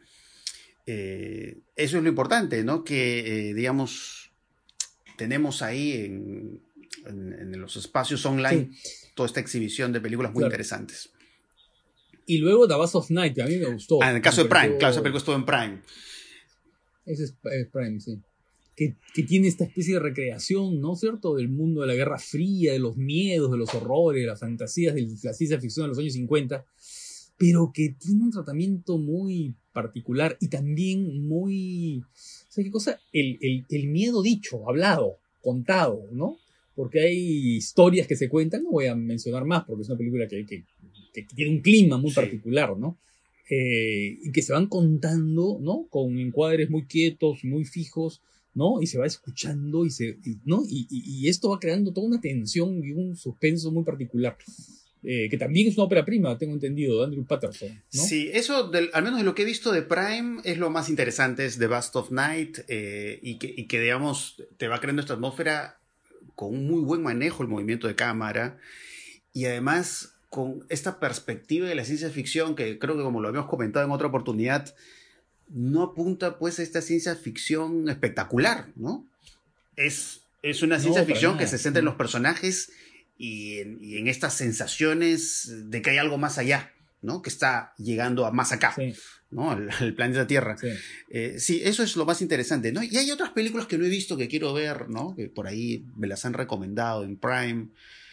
eh, eso es lo importante, ¿no? Que, eh, digamos, tenemos ahí en, en, en los espacios online Sí, toda esta exhibición de películas muy claro. interesantes. Y luego The Bass of Night, que a mí me Ah, gustó. en el Me caso de Prime, claro, esa pareció. película estuvo en Prime. Ese es, es Prime, sí. Que, que tiene esta especie de recreación, ¿no es cierto? Del mundo de la Guerra Fría, de los miedos, de los horrores, de las fantasías, de la ciencia ficción de los años cincuenta, pero que tiene un tratamiento muy particular y también muy. ¿Sabes qué cosa? El, el, el miedo dicho, hablado, contado, ¿no? Porque hay historias que se cuentan, no voy a mencionar más porque es una película que, que, que tiene un clima muy Sí. particular, ¿no? Eh, y que se van contando, ¿no? Con encuadres muy quietos, muy fijos, ¿no? Y se va escuchando y, se, y, ¿no? Y, y, y, esto va creando toda una tensión y un suspenso muy particular, eh, que también es una ópera prima, tengo entendido, de Andrew Patterson, ¿no? Sí, eso, del, al menos de lo que he visto de Prime, es lo más interesante, es The Bust of Night, eh, y, que, y que, digamos, te va creando esta atmósfera con un muy buen manejo el movimiento de cámara, y además con esta perspectiva de la ciencia ficción, que creo que como lo habíamos comentado en otra oportunidad, no apunta pues a esta ciencia ficción espectacular, ¿no? Es, es una ciencia No, para ficción que se nada, centra en los ¿no? personajes y en, y en estas sensaciones de que hay algo más allá, ¿no? Que está llegando a más acá, Sí, ¿no? Al, al planeta Tierra. sí. Eh, sí, eso es lo más interesante, ¿no? Y hay otras películas que no he visto que quiero ver, ¿no? Que por ahí me las han recomendado en Prime.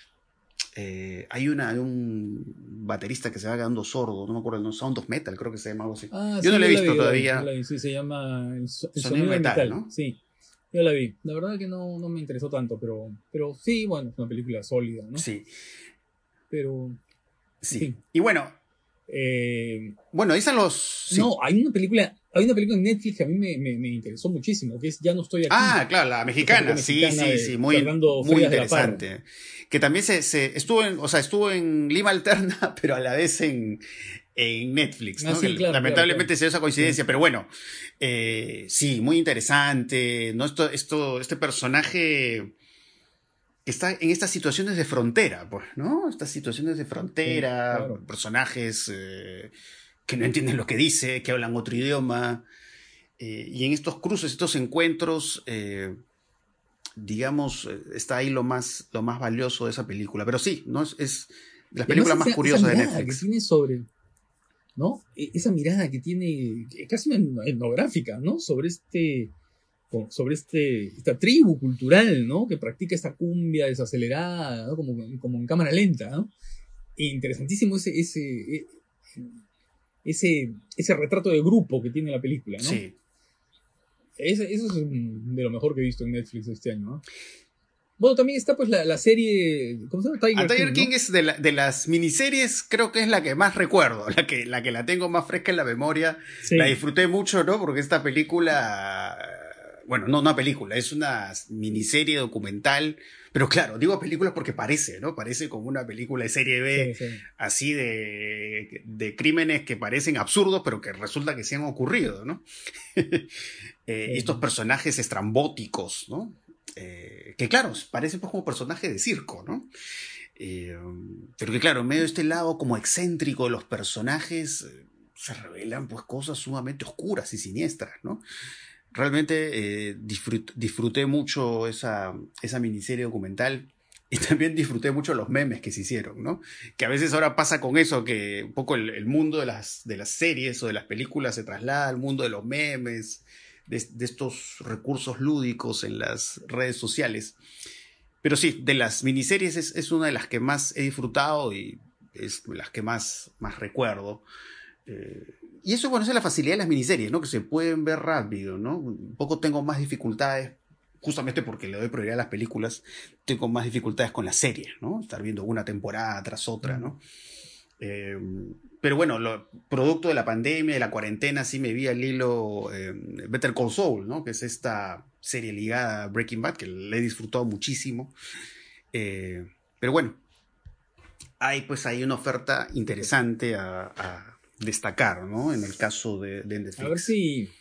Eh, hay una, hay un baterista que se va quedando sordo, no me acuerdo, no, Sound of Metal, creo que se llama algo así. Ah, Yo no sí, lo he yo la visto vi, yo la vi, yo la todavía. vi, sí, se llama El, so- el Sonido sonido del metal, metal, ¿no? sí, yo la vi. La verdad que no, no me interesó tanto, pero, pero sí, bueno, es una película sólida, ¿no? Sí, Pero, en sí. fin. Y bueno, Eh, bueno, ahí están los. Sí. no, hay una película, hay una película en Netflix que a mí me, me, me interesó muchísimo, que es Ya no estoy aquí, Ah, claro, la esta película mexicana, sí, mexicana sí, de sí, muy, Fernando muy Frías de la Parra. interesante. Que también se, se estuvo en, o sea, estuvo en Lima Alterna, pero a la vez en, en Netflix, Ah, ¿no? Que sí, claro, claro, claro. lamentablemente se dio esa Sí, coincidencia, pero bueno, eh, sí, muy interesante, ¿no? Esto, esto, este personaje que está en estas situaciones de frontera, pues, ¿no? Estas situaciones de sí, frontera, claro. personajes eh, que no entienden lo que dice, que hablan otro idioma, eh, y en estos cruces, estos encuentros, eh, digamos, eh, está ahí lo más, lo más valioso de esa película. Pero sí, ¿no? Es, es de las Y además películas más esa, esa curiosas de mirada que Netflix. tiene sobre, ¿no? E- Esa mirada que tiene, que casi una etnográfica, ¿no? Sobre este, co- sobre este, esta tribu cultural, ¿no? Que practica esta cumbia desacelerada, ¿no? Como, como en cámara lenta, ¿no? E interesantísimo ese, ese, e- ese, ese retrato de grupo que tiene la película, ¿no? Sí. Ese- eso es mm, de lo mejor que he visto en Netflix este año, ¿no? Bueno, también está pues la, la serie, ¿cómo se llama? A Tiger Tiger King, King ¿no? es de, la- de las miniseries, creo que es la que más recuerdo, la que, la que la tengo más fresca en la memoria. La Sí, disfruté mucho, ¿no? Porque esta película, bueno, no una película, es una miniserie documental. Pero claro, digo películas porque parece, ¿no? Parece como una película de serie B, sí, sí. así de, de crímenes que parecen absurdos, pero que resulta que se han ocurrido, ¿no? Eh, y Sí, estos sí. personajes estrambóticos, ¿no? Eh, que claro, parecen pues como personajes de circo, ¿no? Eh, pero que claro, en medio de este lado como excéntrico de los personajes, eh, se revelan pues cosas sumamente oscuras y siniestras, ¿no? Realmente eh, disfrut, disfruté mucho esa, esa miniserie documental y también disfruté mucho los memes que se hicieron, ¿no? Que a veces ahora pasa con eso, que un poco el, el mundo de las, de las series o de las películas se traslada al mundo de los memes, de, de estos recursos lúdicos en las redes sociales. pero sí, de las miniseries es, es una de las que más he disfrutado y es las que más, más recuerdo. Eh, y eso, bueno, esa es la facilidad de las miniseries, ¿no? Que se pueden ver rápido, ¿no? Un poco tengo más dificultades, justamente porque le doy prioridad a las películas, tengo más dificultades con las series, ¿no? Estar viendo una temporada tras otra, ¿no? Eh, pero bueno, lo, producto de la pandemia, de la cuarentena, sí me vi al hilo eh, Better Call Saul, ¿no? Que es esta serie ligada a Breaking Bad, que le he disfrutado muchísimo. Eh, pero bueno, hay pues hay una oferta interesante a, a destacar, ¿no? En el caso de, de Netflix. A ver si,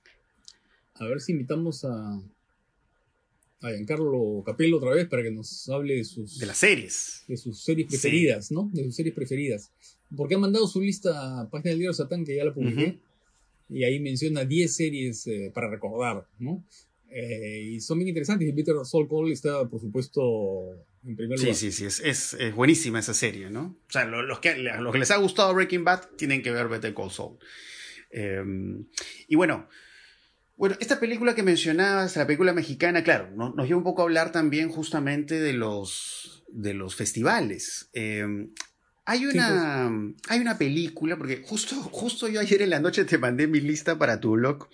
a ver si invitamos a, a Giancarlo Capello otra vez para que nos hable de sus, de las series. De sus series preferidas, sí. ¿no? De sus series preferidas. Porque ha mandado su lista a Página del Diario Satán, que ya la publiqué, uh-huh. y ahí menciona diez series eh, para recordar, ¿no? Eh, y son bien interesantes. Y Better Call Saul está, por supuesto, en primer lugar. Sí, sí, sí, es, es, es buenísima esa serie, ¿no? O sea, lo, los, que, los que les ha gustado Breaking Bad tienen que ver Better Call Saul. Eh, y bueno, bueno, esta película que mencionabas, la película mexicana, claro, ¿no? Nos lleva un poco a hablar también justamente de los, de los festivales. Eh, hay una, sí, pues. hay una película, porque justo, justo yo ayer en la noche te mandé mi lista para tu blog,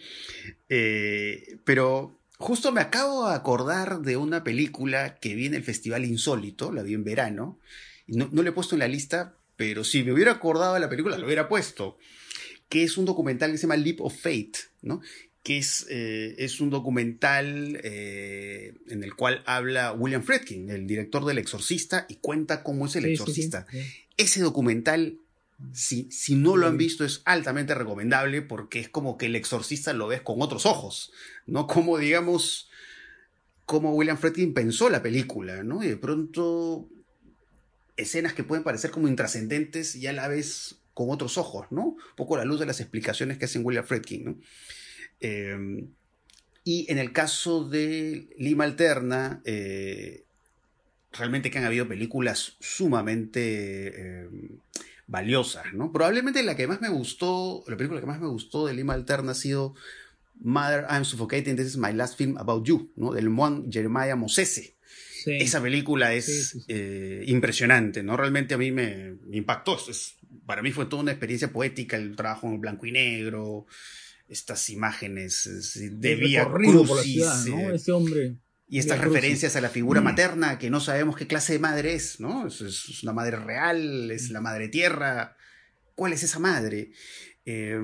eh, pero justo me acabo de acordar de una película que vi en el Festival Insólito, la vi en verano, y no, no la he puesto en la lista, pero si me hubiera acordado de la película, lo hubiera puesto, que es un documental que se llama Leap of Faith, ¿no? Que es, eh, es un documental eh, en el cual habla William Friedkin, el director del Exorcista, y cuenta cómo es el sí, Exorcista. Sí, sí. Ese documental, si, si no lo han visto, es altamente recomendable porque es como que el Exorcista lo ves con otros ojos, ¿no? Como, digamos, como William Friedkin pensó la película, ¿no? Y de pronto escenas que pueden parecer como intrascendentes ya la ves con otros ojos, ¿no? Un poco a la luz de las explicaciones que hacen William Friedkin, ¿no? Eh, y en el caso de Lima Alterna, eh, realmente que han habido películas sumamente eh, valiosas, ¿no? Probablemente la que más me gustó, la película que más me gustó de Lima Alterna ha sido Mother, I'm Suffocating, This is My Last Film About You, ¿no? Del Juan Jeremiah Mosese. Sí. Esa película es sí, sí, sí. Eh, impresionante, ¿no? Realmente a mí me, me impactó. Es, para mí fue toda una experiencia poética, el trabajo en blanco y negro, estas imágenes de Vía Crucis, por la ciudad, ¿no? Este hombre. Y estas Vía referencias Crucis. a la figura mm. materna, que no sabemos qué clase de madre es, ¿no? Es, es una madre real, es la madre tierra. ¿Cuál es esa madre? Eh,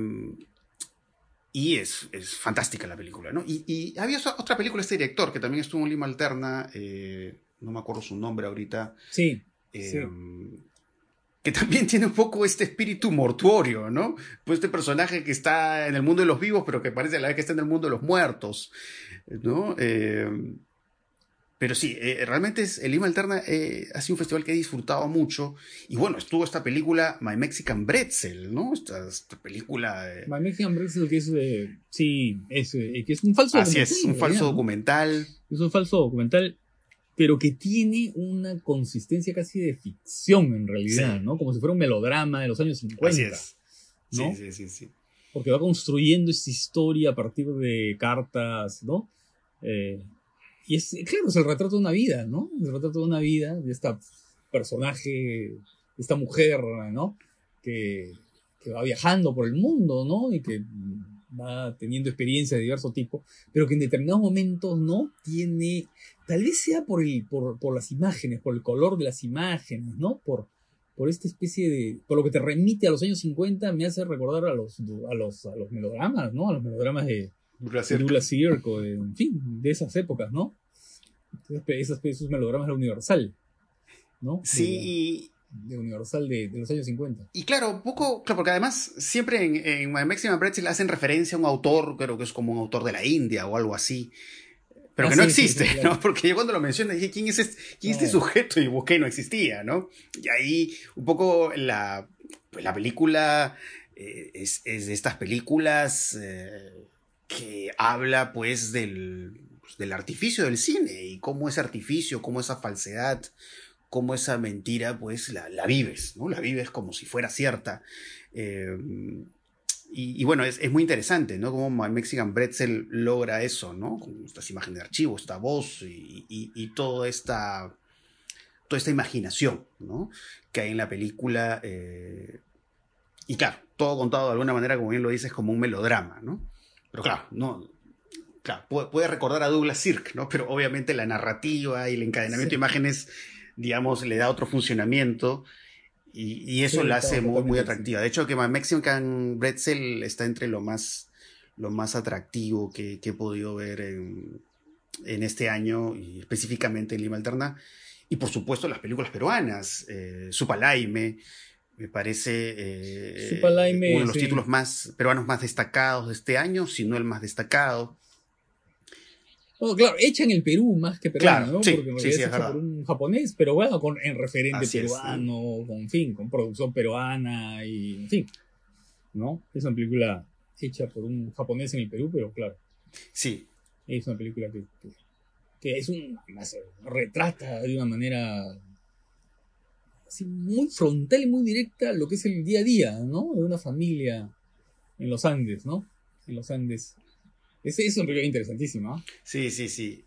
y es, es fantástica la película, ¿no? Y, y había otra película, este director, que también estuvo en Lima Alterna, eh, no me acuerdo su nombre ahorita. Sí, eh, sí. Que también tiene un poco este espíritu mortuorio, ¿no? Pues este personaje que está en el mundo de los vivos, pero que parece a la vez que está en el mundo de los muertos, ¿no? Eh, pero sí, eh, realmente es, el Lima Alterna eh, ha sido un festival que he disfrutado mucho. Y bueno, estuvo esta película My Mexican Bretzel, ¿no? Esta, esta película... Eh, My Mexican Bretzel, que es... Eh, sí, es, eh, que es un falso así documental. Así es, un falso ¿no? documental. Es un falso documental, pero que tiene una consistencia casi de ficción en realidad, sí. ¿no? Como si fuera un melodrama de los años cincuenta. Así es. ¿no? Sí, sí, sí, sí. Porque va construyendo esta historia a partir de cartas, ¿no? Eh, y es, claro, es el retrato de una vida, ¿no? Es el retrato de una vida, de esta personaje, de esta mujer, ¿no? Que, que va viajando por el mundo, ¿no? Y que va teniendo experiencias de diverso tipo, pero que en determinados momentos no tiene, tal vez sea por, el, por, por las imágenes, por el color de las imágenes, ¿no? Por, por esta especie de, por lo que te remite a los años cincuenta, me hace recordar a los, a los, a los melodramas, ¿no? A los melodramas de Douglas Sirk, o de, en fin, de esas épocas, ¿no? Esos, esos melodramas de Universal, ¿no? Sí, de, de Universal de, de los años cincuenta. Y claro, un poco, claro, porque además siempre en, en My Mexican Bretzel hacen referencia a un autor, creo que es como un autor de la India o algo así, pero ah, que sí, no existe, sí, sí, claro. ¿no? Porque yo cuando lo mencioné dije, ¿quién es este, quién es este sujeto? Y busqué y no existía, ¿no? Y ahí un poco la, pues la película eh, es, es de estas películas eh, que habla pues del, pues, del artificio del cine y cómo ese artificio, cómo esa falsedad, cómo esa mentira, pues, la, la vives, ¿no? La vives como si fuera cierta. Eh, y, y bueno, es, es muy interesante, ¿no? Cómo My Mexican Pretzel logra eso, ¿no? Con estas imágenes de archivo, esta voz y, y, y toda esta toda esta imaginación, ¿no? Que hay en la película. Eh, y claro, todo contado de alguna manera, como bien lo dices, como un melodrama, ¿no? Pero claro, no, claro, puede, puede recordar a Douglas Sirk, ¿no? Pero obviamente la narrativa y el encadenamiento Sí, de imágenes, digamos, le da otro funcionamiento y, y eso sí, la to- hace muy, muy totalmente atractiva. distinto. De hecho, que My Mexican Pretzel está entre lo más, lo más atractivo que, que he podido ver en, en este año y específicamente en Lima Alterna. Y por supuesto las películas peruanas, eh, Supalaime, me parece eh, uno Supalaime, de los sí. títulos más peruanos más destacados de este año, si no el más destacado. Bueno, claro, hecha en el Perú más que peruana, Claro, ¿no? Porque sí, en sí, realidad sí, es es hecha por verdad. un japonés, pero bueno, con, en referente Así es, ¿no? peruano, con en fin, con producción peruana y en fin, ¿no? Es una película hecha por un japonés en el Perú, pero claro, Sí, es una película que, que, que es un, además, retrata de una manera así muy frontal y muy directa lo que es el día a día, ¿no? De una familia en los Andes, ¿no? En los Andes. Ese es una película interesantísima, ¿eh? sí, sí, sí.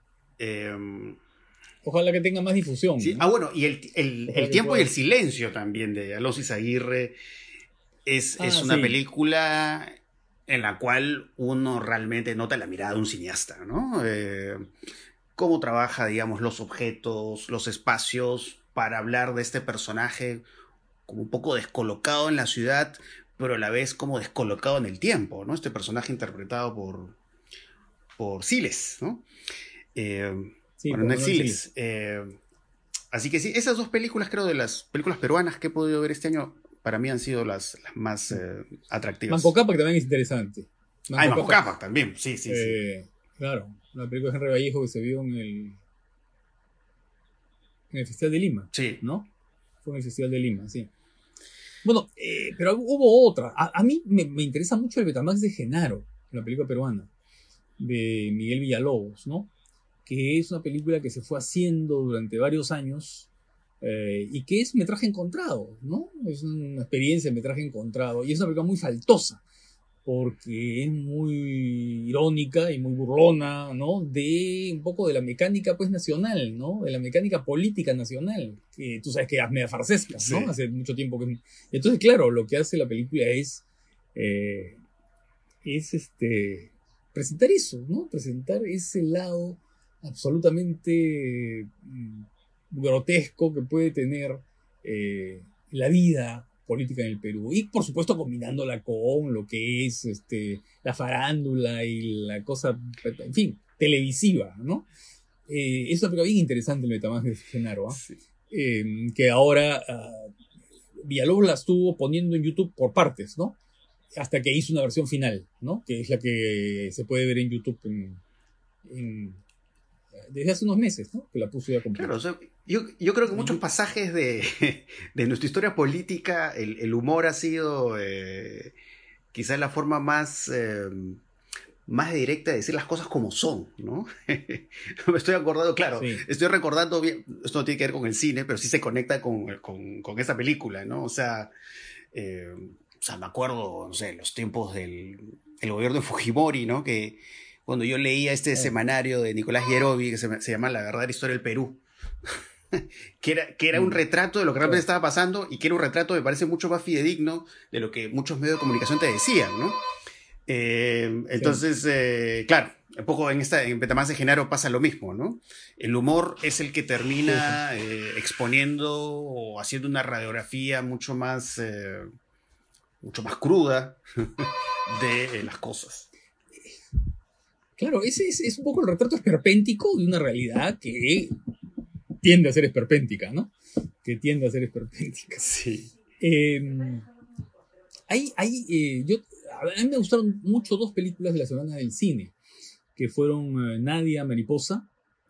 Eh, Ojalá que tenga más difusión, sí. Ah, ¿no? bueno, y el, el, Ojalá el que tiempo y pueda. el silencio también de Alosis Aguirre es, es Ah, una sí. película en la cual uno realmente nota la mirada de un cineasta, ¿no? Eh, cómo trabaja, digamos, los objetos, los espacios para hablar de este personaje como un poco descolocado en la ciudad, pero a la vez como descolocado en el tiempo, ¿no? Este personaje interpretado por, por Siles, ¿no? Eh, Sí, bueno, por no es Manuel Siles. Siles. Eh, así que sí, esas dos películas, creo, de las películas peruanas que he podido ver este año, para mí han sido las, las más Sí. eh, Manco atractivas. Cápac también es interesante. Ah, y Manco Manco Cápac, Cápac también, sí, sí, sí. eh, claro, una película de Henry Vallejo que se vio en el, en el Festival de Lima, Sí, ¿no? Fue en el Festival de Lima, sí. Bueno, eh, pero hubo otra. A, a mí me, me interesa mucho el Betamax de Genaro, la película peruana, de Miguel Villalobos, ¿no? Que es una película que se fue haciendo durante varios años eh, y que es metraje encontrado, ¿no? Es una experiencia de metraje encontrado y es una película muy faltosa porque es muy irónica y muy burlona, ¿no? De un poco de la mecánica, pues, nacional, ¿no? De la mecánica política nacional, que tú sabes que es media farsesca, ¿no? sí, Hace mucho tiempo que... Entonces, claro, lo que hace la película es, eh, es este, presentar eso, ¿no? Presentar ese lado absolutamente mm, grotesco que puede tener eh, la vida política en el Perú. Y por supuesto combinándola con lo que es este, la farándula y la cosa, en fin, televisiva, ¿no? Eh, es una película bien interesante el Metamask de Genaro, ¿eh? sí. Eh, que ahora uh, Villalobos la estuvo poniendo en YouTube por partes, ¿no? Hasta que hizo una versión final, ¿no? Que es la que se puede ver en YouTube en, en, desde hace unos meses, ¿no? Que la puso ya Claro, completa. o sea, yo, yo creo que En muchos YouTube. pasajes de, de nuestra historia política, el, el humor ha sido eh, quizás la forma más, eh, más directa de decir las cosas como son, ¿no? Me estoy acordando, claro, Sí, estoy recordando bien, esto no tiene que ver con el cine, pero sí se conecta con, con, con esta película, ¿no? O sea, eh, o sea, me acuerdo, no sé, los tiempos del el gobierno de Fujimori, ¿no? Que cuando yo leía este claro. semanario de Nicolás Yerovi, que se, se llama La verdadera historia del Perú, que era, que era un Mm, retrato de lo que realmente claro. estaba pasando y que era un retrato, me parece, mucho más fidedigno de lo que muchos medios de comunicación te decían, ¿no? Eh, Sí, entonces, eh, claro, un poco en esta en Betamax de Genaro pasa lo mismo, ¿no? El humor es el que sí, sí. termina eh, exponiendo o haciendo una radiografía mucho más, eh, mucho más cruda de eh, las cosas. Claro, ese es, es un poco el retrato esperpéntico de una realidad que tiende a ser esperpéntica, ¿no? Que tiende a ser esperpéntica. Sí. Eh, hay, hay, eh, yo, a mí me gustaron mucho dos películas de la Semana del Cine, que fueron eh, Nadia Mariposa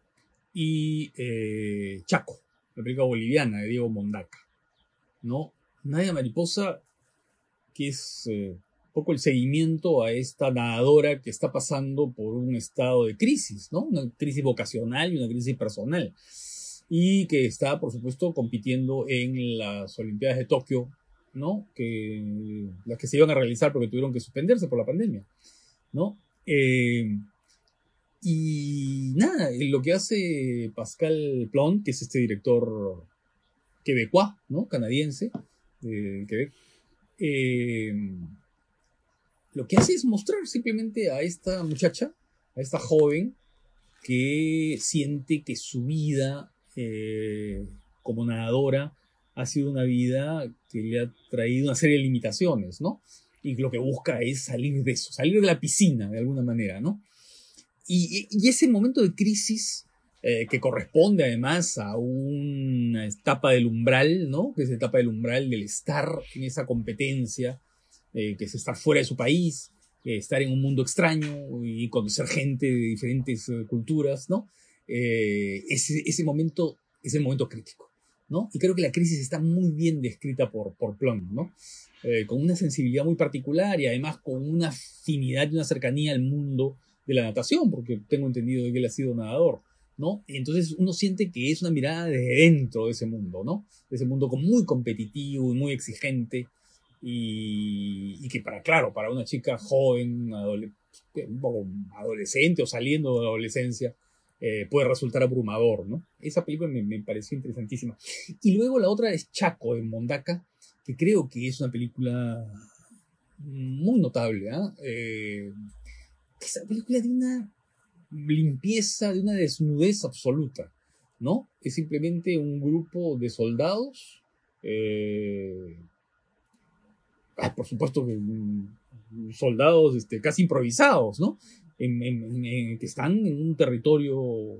y eh, Chaco, la película boliviana de Diego Mondaca, ¿no? Nadia Mariposa, que es eh, un poco el seguimiento a esta nadadora que está pasando por un estado de crisis, ¿no? Una crisis vocacional y una crisis personal. Y que está, por supuesto, compitiendo en las Olimpiadas de Tokio ¿no? Que, las que se iban a realizar porque tuvieron que suspenderse por la pandemia, ¿no? Eh, y nada, lo que hace Pascal Plon, que es este director quebecois, ¿no? Canadiense, de Quebec, eh, lo que hace es mostrar simplemente a esta muchacha, a esta joven, que siente que su vida eh, como nadadora ha sido una vida que le ha traído una serie de limitaciones, ¿no? Y lo que busca es salir de eso, salir de la piscina de alguna manera, ¿no? Y, y ese momento de crisis eh, que corresponde además a una etapa del umbral, ¿no? Que es la etapa del umbral del estar en esa competencia, eh, que es estar fuera de su país, eh, estar en un mundo extraño y conocer gente de diferentes eh, culturas, ¿no? Eh, ese, ese momento es el momento crítico, ¿no? Y creo que la crisis está muy bien descrita por, por Plum, ¿no? Eh, con una sensibilidad muy particular y además con una afinidad y una cercanía al mundo de la natación, porque tengo entendido que él ha sido nadador, ¿no? Entonces uno siente que es una mirada desde dentro de ese mundo, ¿no? De ese mundo muy competitivo y muy exigente y, y que para, claro, para una chica joven, adole- un poco adolescente o saliendo de la adolescencia, eh, puede resultar abrumador, ¿no? Esa película me, me pareció interesantísima. Y luego la otra es Chaco, de Mondaca, que creo que es una película muy notable, ¿ah? ¿eh? Eh, esa película de una limpieza, de una desnudez absoluta, ¿no? Es simplemente un grupo de soldados, eh, ah, por supuesto que mm, soldados este, casi improvisados, ¿no? En, en, en, que están en un territorio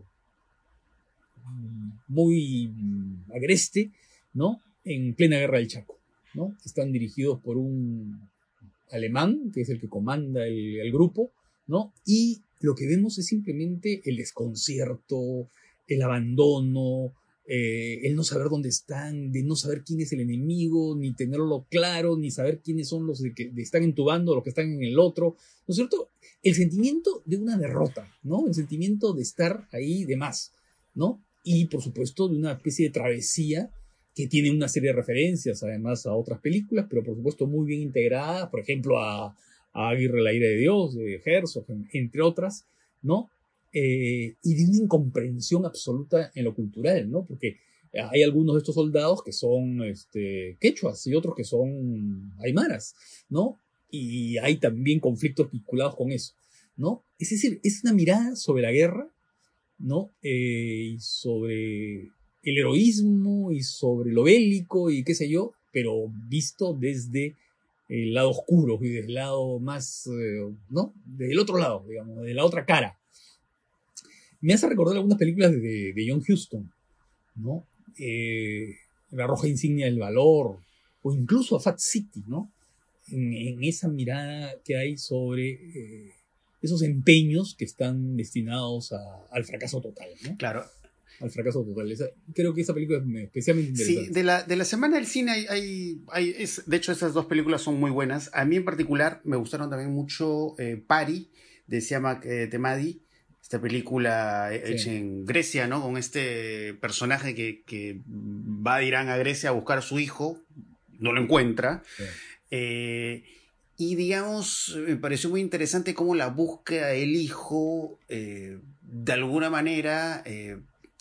muy mm, agreste, ¿no? En plena guerra del Chaco, ¿no? Están dirigidos por un alemán, que es el que comanda el, el grupo, ¿no? Y lo que vemos es simplemente el desconcierto, el abandono, eh, el no saber dónde están, de no saber quién es el enemigo, ni tenerlo claro, ni saber quiénes son los de que de están en tu bando, los que están en el otro, ¿no es cierto? El sentimiento de una derrota, ¿no? El sentimiento de estar ahí de más, ¿no? Y por supuesto de una especie de travesía que tiene una serie de referencias además a otras películas, pero por supuesto muy bien integradas, por ejemplo a, a Aguirre la ira de Dios, de Herzog, entre otras, ¿no? Eh, y de una incomprensión absoluta en lo cultural, ¿no? Porque hay algunos de estos soldados que son este, quechuas y otros que son aymaras, ¿no? Y hay también conflictos vinculados con eso, ¿no? Es decir, es una mirada sobre la guerra, ¿no? Eh, y sobre el heroísmo y sobre lo bélico y qué sé yo, pero visto desde el lado oscuro y del lado más, eh, ¿no? Del otro lado, digamos, de la otra cara. Me hace recordar algunas películas de, de John Huston, ¿no? Eh, La Roja Insignia del Valor, o incluso a Fat City, ¿no? En, en esa mirada que hay sobre eh, esos empeños que están destinados a, al fracaso total, ¿no? Claro. Al fracaso total. Esa, creo que esa película es especialmente interesante. Sí, de la, de la semana del cine hay, hay, hay es, de hecho esas dos películas son muy buenas. A mí en particular me gustaron también mucho eh, Pari, de Siamak eh, Temadi, esta película eh, hecha Sí. en Grecia, ¿no? Con este personaje que, que va de Irán a Grecia a buscar a su hijo, no lo encuentra. Sí. Eh, y digamos, me pareció muy interesante cómo la búsqueda del hijo, eh, de alguna manera, eh,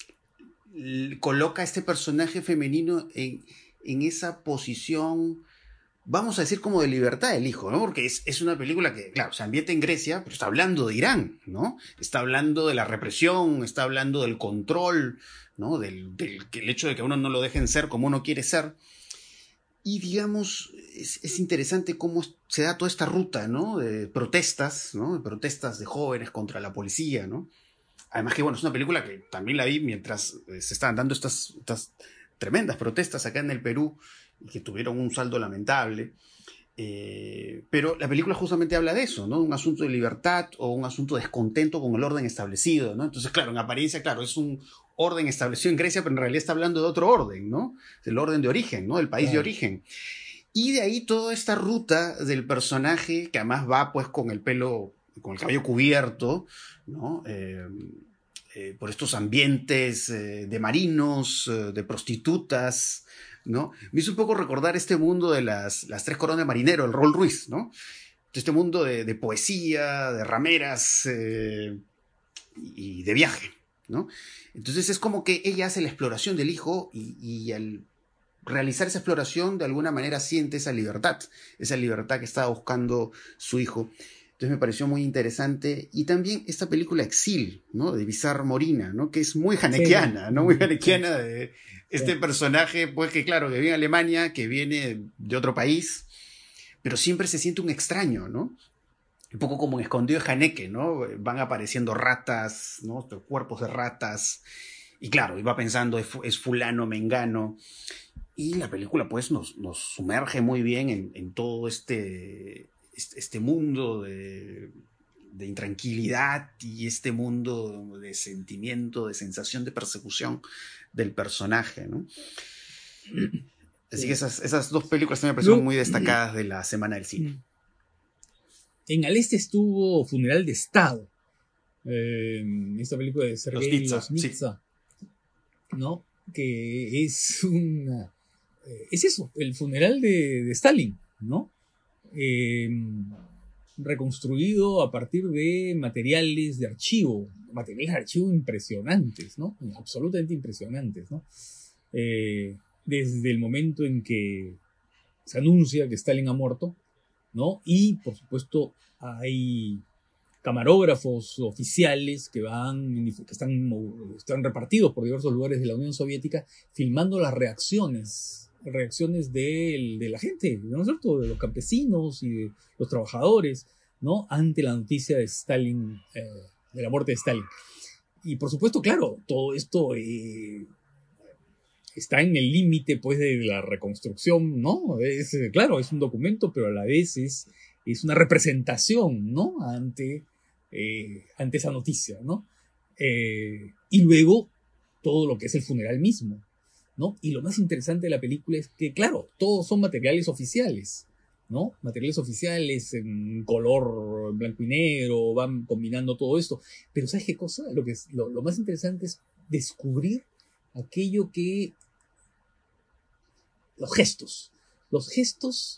l- coloca a este personaje femenino en, en esa posición, vamos a decir, como de libertad del hijo, ¿no? Porque es, es una película que, claro, se ambienta en Grecia, pero está hablando de Irán, ¿no? Está hablando de la represión, está hablando del control, ¿no? Del, del el hecho de que a uno no lo dejen ser como uno quiere ser. Y digamos, es, es interesante cómo se da toda esta ruta, ¿no? De protestas, ¿no? De protestas de jóvenes contra la policía, ¿no? Además que, bueno, es una película que también la vi mientras eh, se estaban dando estas, estas tremendas protestas acá en el Perú y que tuvieron un saldo lamentable. Eh, pero la película justamente habla de eso, ¿no? Un asunto de libertad o un asunto de descontento con el orden establecido, ¿no? Entonces, claro, en apariencia, claro, es un orden establecido en Grecia, pero en realidad está hablando de otro orden, ¿no? Del orden de origen, ¿no? Del país de Claro. origen. Y de ahí toda esta ruta del personaje que además va pues con el pelo, con el cabello cubierto, ¿no? Eh, eh, por estos ambientes eh, de marinos, eh, de prostitutas, ¿no? Me hizo un poco recordar este mundo de las, las tres coronas de marinero, el Rol Ruiz, ¿no? Este mundo de, de poesía, de rameras eh, y de viaje, ¿no? Entonces es como que ella hace la exploración del hijo y, y al realizar esa exploración de alguna manera siente esa libertad, esa libertad que estaba buscando su hijo. Entonces me pareció muy interesante. Y también esta película Exil, ¿no? De Bizarre Morina, ¿no? Que es muy hanekiana, Sí. ¿no? Muy hanekiana de este Sí. personaje, pues que claro, que vive en Alemania, que viene de otro país, pero siempre se siente un extraño, ¿no? Un poco como en Escondido de Haneke, ¿no? Van apareciendo ratas, ¿no? Cuerpos de ratas. Y claro, iba pensando, es, es fulano, mengano. Y la película pues nos, nos sumerge muy bien en, en todo este, este, este mundo de, de intranquilidad y este mundo de sentimiento, de sensación de persecución del personaje, ¿no? Así Sí. que esas, esas dos películas me parecieron Luego, muy destacadas de la Semana del Cine. en Al Este estuvo Funeral de Estado, eh, esta película de Sergei Loznitsa, sí. ¿no? Que es una... eh, es eso, el funeral de, de Stalin, ¿no? Eh, reconstruido a partir de materiales de archivo, materiales de archivo impresionantes, ¿no? Absolutamente impresionantes, ¿no? Eh, desde el momento en que se anuncia que Stalin ha muerto, ¿no? Y, por supuesto, hay camarógrafos oficiales que van, que están, están repartidos por diversos lugares de la Unión Soviética, filmando las reacciones, reacciones de, de la gente, ¿no es cierto? De los campesinos y de los trabajadores, ¿no? Ante la noticia de Stalin, eh, de la muerte de Stalin. Y por supuesto, claro, todo esto eh, está en el límite, pues, de la reconstrucción, ¿no? Es, claro, es un documento, pero a la vez es, es una representación, ¿no? Ante, eh, ante esa noticia, ¿no? Eh, y luego todo lo que es el funeral mismo, ¿no? Y lo más interesante de la película es que, claro, todos son materiales oficiales, ¿no? Materiales oficiales en color blanco y negro, van combinando todo esto. Pero ¿sabes qué cosa? Lo, que es, lo, lo más interesante es descubrir aquello que... los gestos. Los gestos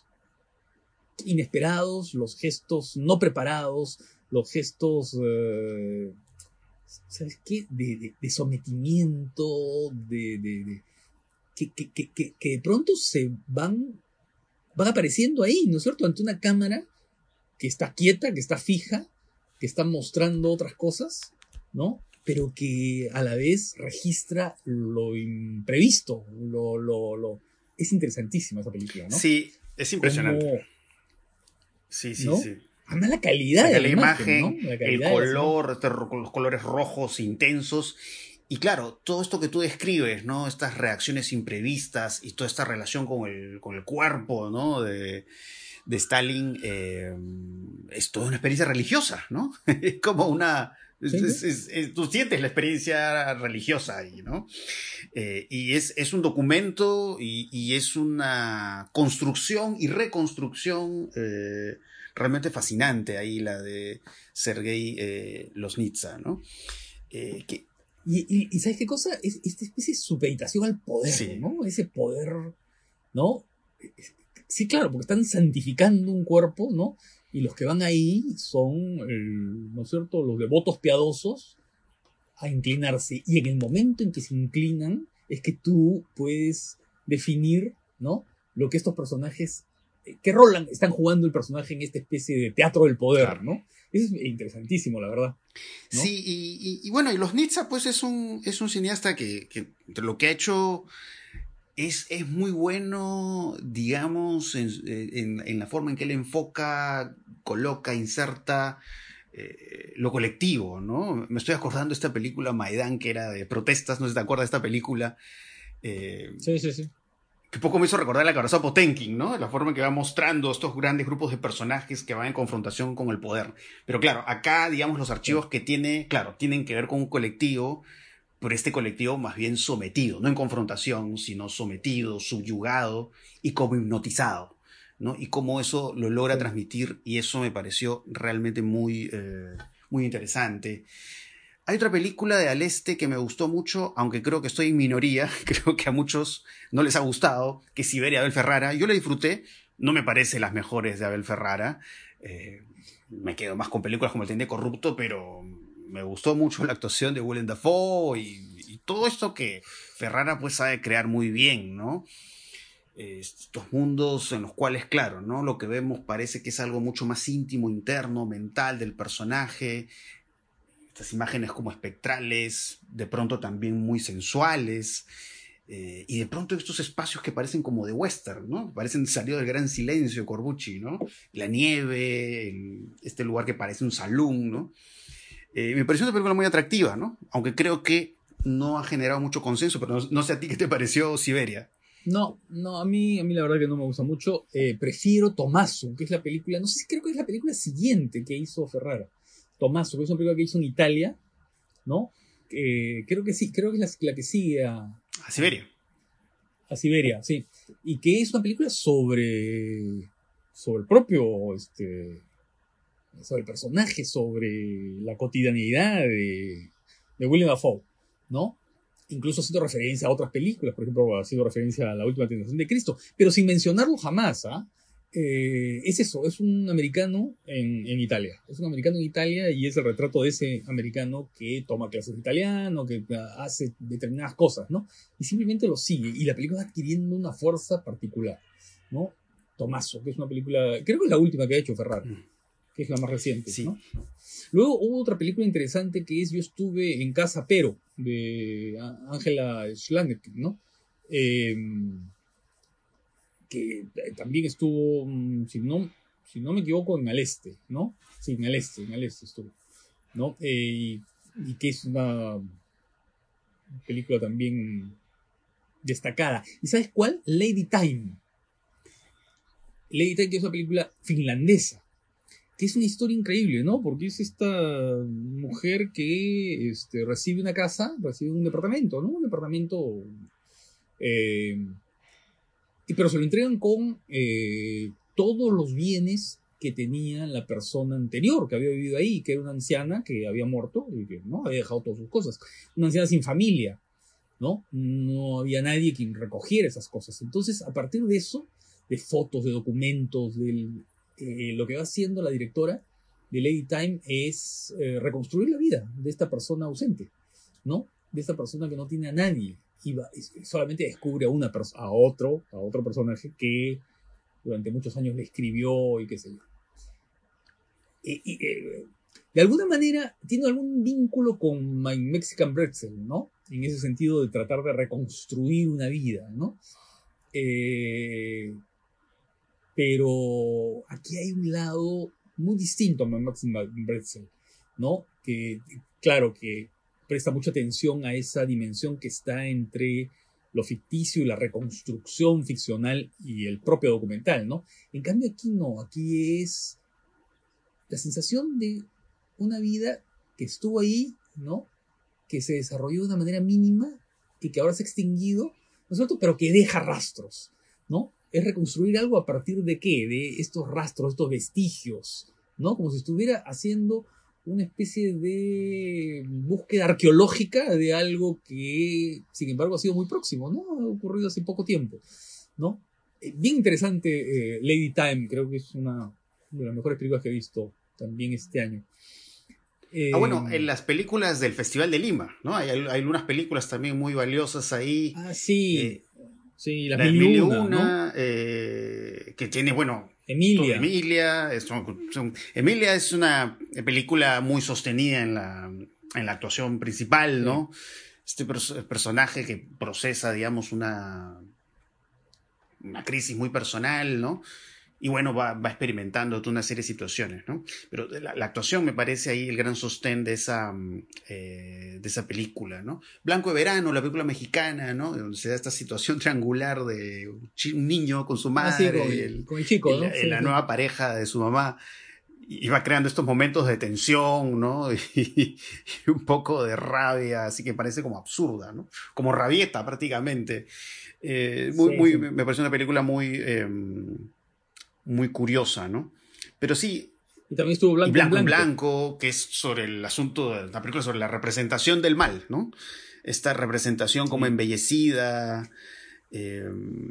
inesperados, los gestos no preparados, los gestos... Eh, ¿sabes qué? De, de, de sometimiento, de... de, de que, que, que, que de pronto se van, van apareciendo ahí, ¿no es cierto? Ante una cámara que está quieta, que está fija, que está mostrando otras cosas, ¿no? Pero que a la vez registra lo imprevisto, lo... lo, lo es interesantísima esa película, ¿no? Sí, es impresionante. Como, sí, sí, ¿no? sí. Además la calidad La, de la la imagen, imagen, ¿no? La el calidad de las color, imágenes. este, los colores rojos intensos. Y claro, todo esto que tú describes, ¿no? Estas reacciones imprevistas y toda esta relación con el, con el cuerpo, ¿no? De, de Stalin, eh, es toda una experiencia religiosa, ¿no? Es como una... Es, ¿Sí? es, es, es, tú sientes la experiencia religiosa ahí, ¿no? Eh, y es, es un documento y, y es una construcción y reconstrucción eh, realmente fascinante ahí, la de Sergei eh, Loznitsa, ¿no? Eh, que, Y, y, y ¿sabes qué cosa? Es esta especie de supeditación al poder, sí. ¿no? Ese poder, ¿no? Sí, claro, porque están santificando un cuerpo, ¿no? Y los que van ahí son, eh, ¿no es cierto?, los devotos piadosos a inclinarse. Y en el momento en que se inclinan es que tú puedes definir, ¿no?, lo que estos personajes, eh, qué rol están jugando el personaje en esta especie de teatro del poder, claro, ¿no? Eso es interesantísimo, la verdad, ¿no? Sí, y, y, y bueno, y Loznitsa pues es un, es un cineasta que, que lo que ha hecho... Es, es muy bueno, digamos, en, en, en la forma en que él enfoca, coloca, inserta eh, lo colectivo, ¿no? Me estoy acordando de esta película Maidán, que era de protestas, no sé si te acuerdas de esta película. Eh, sí, sí, sí. Que poco me hizo recordar la cabeza Potemkin, ¿no? La forma en que va mostrando estos grandes grupos de personajes que van en confrontación con el poder. Pero claro, acá, digamos, los archivos sí. que tiene, claro, tienen que ver con un colectivo, pero este colectivo más bien sometido, no en confrontación, sino sometido, subyugado y como hipnotizado, ¿no? Y cómo eso lo logra sí. transmitir, y eso me pareció realmente muy, eh, muy interesante. Hay otra película de Al Este que me gustó mucho, aunque creo que estoy en minoría, creo que a muchos no les ha gustado, que es Siberia de Abel Ferrara. Yo la disfruté, no me parece las mejores de Abel Ferrara. Eh, me quedo más con películas como El Teniente Corrupto, pero me gustó mucho la actuación de Willem Dafoe y, y todo esto que Ferrara pues sabe crear muy bien, ¿no? Estos mundos en los cuales, claro, ¿no? Lo que vemos parece que es algo mucho más íntimo, interno, mental del personaje. Estas imágenes como espectrales, de pronto también muy sensuales, eh, y de pronto estos espacios que parecen como de western, ¿no? Parecen salido del Gran Silencio, Corbucci, ¿no? La nieve, el, este lugar que parece un salón, ¿no? Eh, me pareció una película muy atractiva, ¿no? Aunque creo que no ha generado mucho consenso, pero no, no sé a ti qué te pareció Siberia. No, no, a mí, a mí la verdad que no me gusta mucho. Eh, prefiero Tommaso, que es la película, no sé si creo que es la película siguiente que hizo Ferrara. Tommaso, que es una película que hizo en Italia, ¿no? Eh, creo que sí, creo que es la, la que sigue a, A Siberia. a Siberia, sí. Y que es una película sobre, sobre el propio, este, sobre el personaje, sobre la cotidianidad de, de Willem Dafoe, ¿no? Incluso haciendo referencia a otras películas, por ejemplo, ha sido referencia a La Última Tentación de Cristo, pero sin mencionarlo jamás, ¿ah? Eh, es eso, es un americano en, en Italia, es un americano en Italia y es el retrato de ese americano que toma clases de italiano, que hace determinadas cosas, ¿no? Y simplemente lo sigue, y la película va adquiriendo una fuerza particular, ¿no? Tommaso, que es una película, creo que es la última que ha hecho Ferrara, que es la más reciente, Sí. ¿no? Luego hubo otra película interesante que es Yo estuve en casa, pero, de Angela Schlangenberg, ¿no? Eh, que también estuvo, si no, si no me equivoco, en Al Este, ¿no? Sí, en Al Este, en Al Este estuvo, ¿no? Eh, y, y que es una película también destacada. ¿Y sabes cuál? Lady Time. Lady Time, que es una película finlandesa, que es una historia increíble, ¿no? Porque es esta mujer que este, recibe una casa, recibe un departamento, ¿no? Un departamento... Eh, y, pero se lo entregan con eh, todos los bienes que tenía la persona anterior, que había vivido ahí, que era una anciana que había muerto y que no había dejado todas sus cosas. Una anciana sin familia, ¿no? No había nadie quien recogiera esas cosas. Entonces, a partir de eso, de fotos, de documentos, del... Eh, lo que va haciendo la directora de Lady Time es eh, reconstruir la vida de esta persona ausente, ¿no? De esta persona que no tiene a nadie y, va, y solamente descubre a una persona, a otro, a otro personaje que durante muchos años le escribió y qué sé yo. Y, y, eh, de alguna manera tiene algún vínculo con My Mexican Pretzel, ¿no? En ese sentido de tratar de reconstruir una vida, ¿no? Eh, Pero aquí hay un lado muy distinto a Maxim Bretzel, ¿no? Que, claro, que presta mucha atención a esa dimensión que está entre lo ficticio y la reconstrucción ficcional y el propio documental, ¿no? En cambio aquí no, aquí es la sensación de una vida que estuvo ahí, ¿no? Que se desarrolló de una manera mínima y que ahora se ha extinguido, ¿no es cierto? Pero que deja rastros, ¿no? Es reconstruir algo a partir de qué, de estos rastros, estos vestigios, ¿no? Como si estuviera haciendo una especie de búsqueda arqueológica de algo que, sin embargo, ha sido muy próximo, ¿no? Ha ocurrido hace poco tiempo, ¿no? Eh, bien interesante, eh, Lady Time, creo que es una de las mejores películas que he visto también este año. Eh, ah, bueno, en las películas del Festival de Lima, ¿no? Hay, hay algunas películas también muy valiosas ahí. Ah, sí. Eh, Sí, las la de mil y Mil y una, Una, ¿no? eh, que tiene, bueno, todo Emilia. Emilia. Es, son- son- Emilia es una película muy sostenida en la, en la actuación principal, Sí. ¿no? Este pers- personaje que procesa, digamos, una, una crisis muy personal, ¿no? Y bueno, va, va experimentando toda una serie de situaciones, ¿no? Pero la, la actuación me parece ahí el gran sostén de esa, mm, eh, de esa película, ¿no? Blanco de Verano, la película mexicana, ¿no? Donde se da esta situación triangular de un, chi- un niño con su Ah, sí, con madre y, el, el, con el y chico, la, ¿no? y Sí, la sí. nueva pareja de su mamá. Y va creando estos momentos de tensión, ¿no? Y, y un poco de rabia, así que parece como absurda, ¿no? Como rabieta prácticamente. Eh, muy, Sí, muy, sí. me parece una película muy... Eh, muy curiosa, ¿no? Pero sí, Y también estuvo Blanco, y Blanco en Blanco. Blanco, que es sobre el asunto de la película, sobre la representación del mal, ¿no? Esta representación como Sí. embellecida, eh,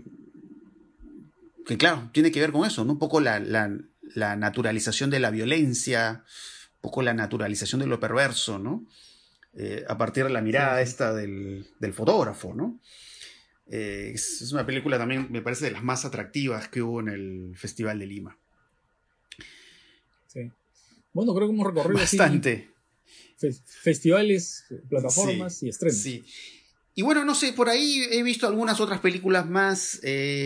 que claro, tiene que ver con eso, ¿no? Un poco la, la, la naturalización de la violencia, un poco la naturalización de lo perverso, ¿no? Eh, a partir de la mirada Sí, sí. esta del, del fotógrafo, ¿no? Eh, es, es una película también, me parece, de las más atractivas que hubo en el Festival de Lima. Sí. Bueno, creo que hemos recorrido así Bastante. fe- festivales, plataformas Sí, y estrenos. sí. Y bueno, no sé, por ahí he visto algunas otras películas más.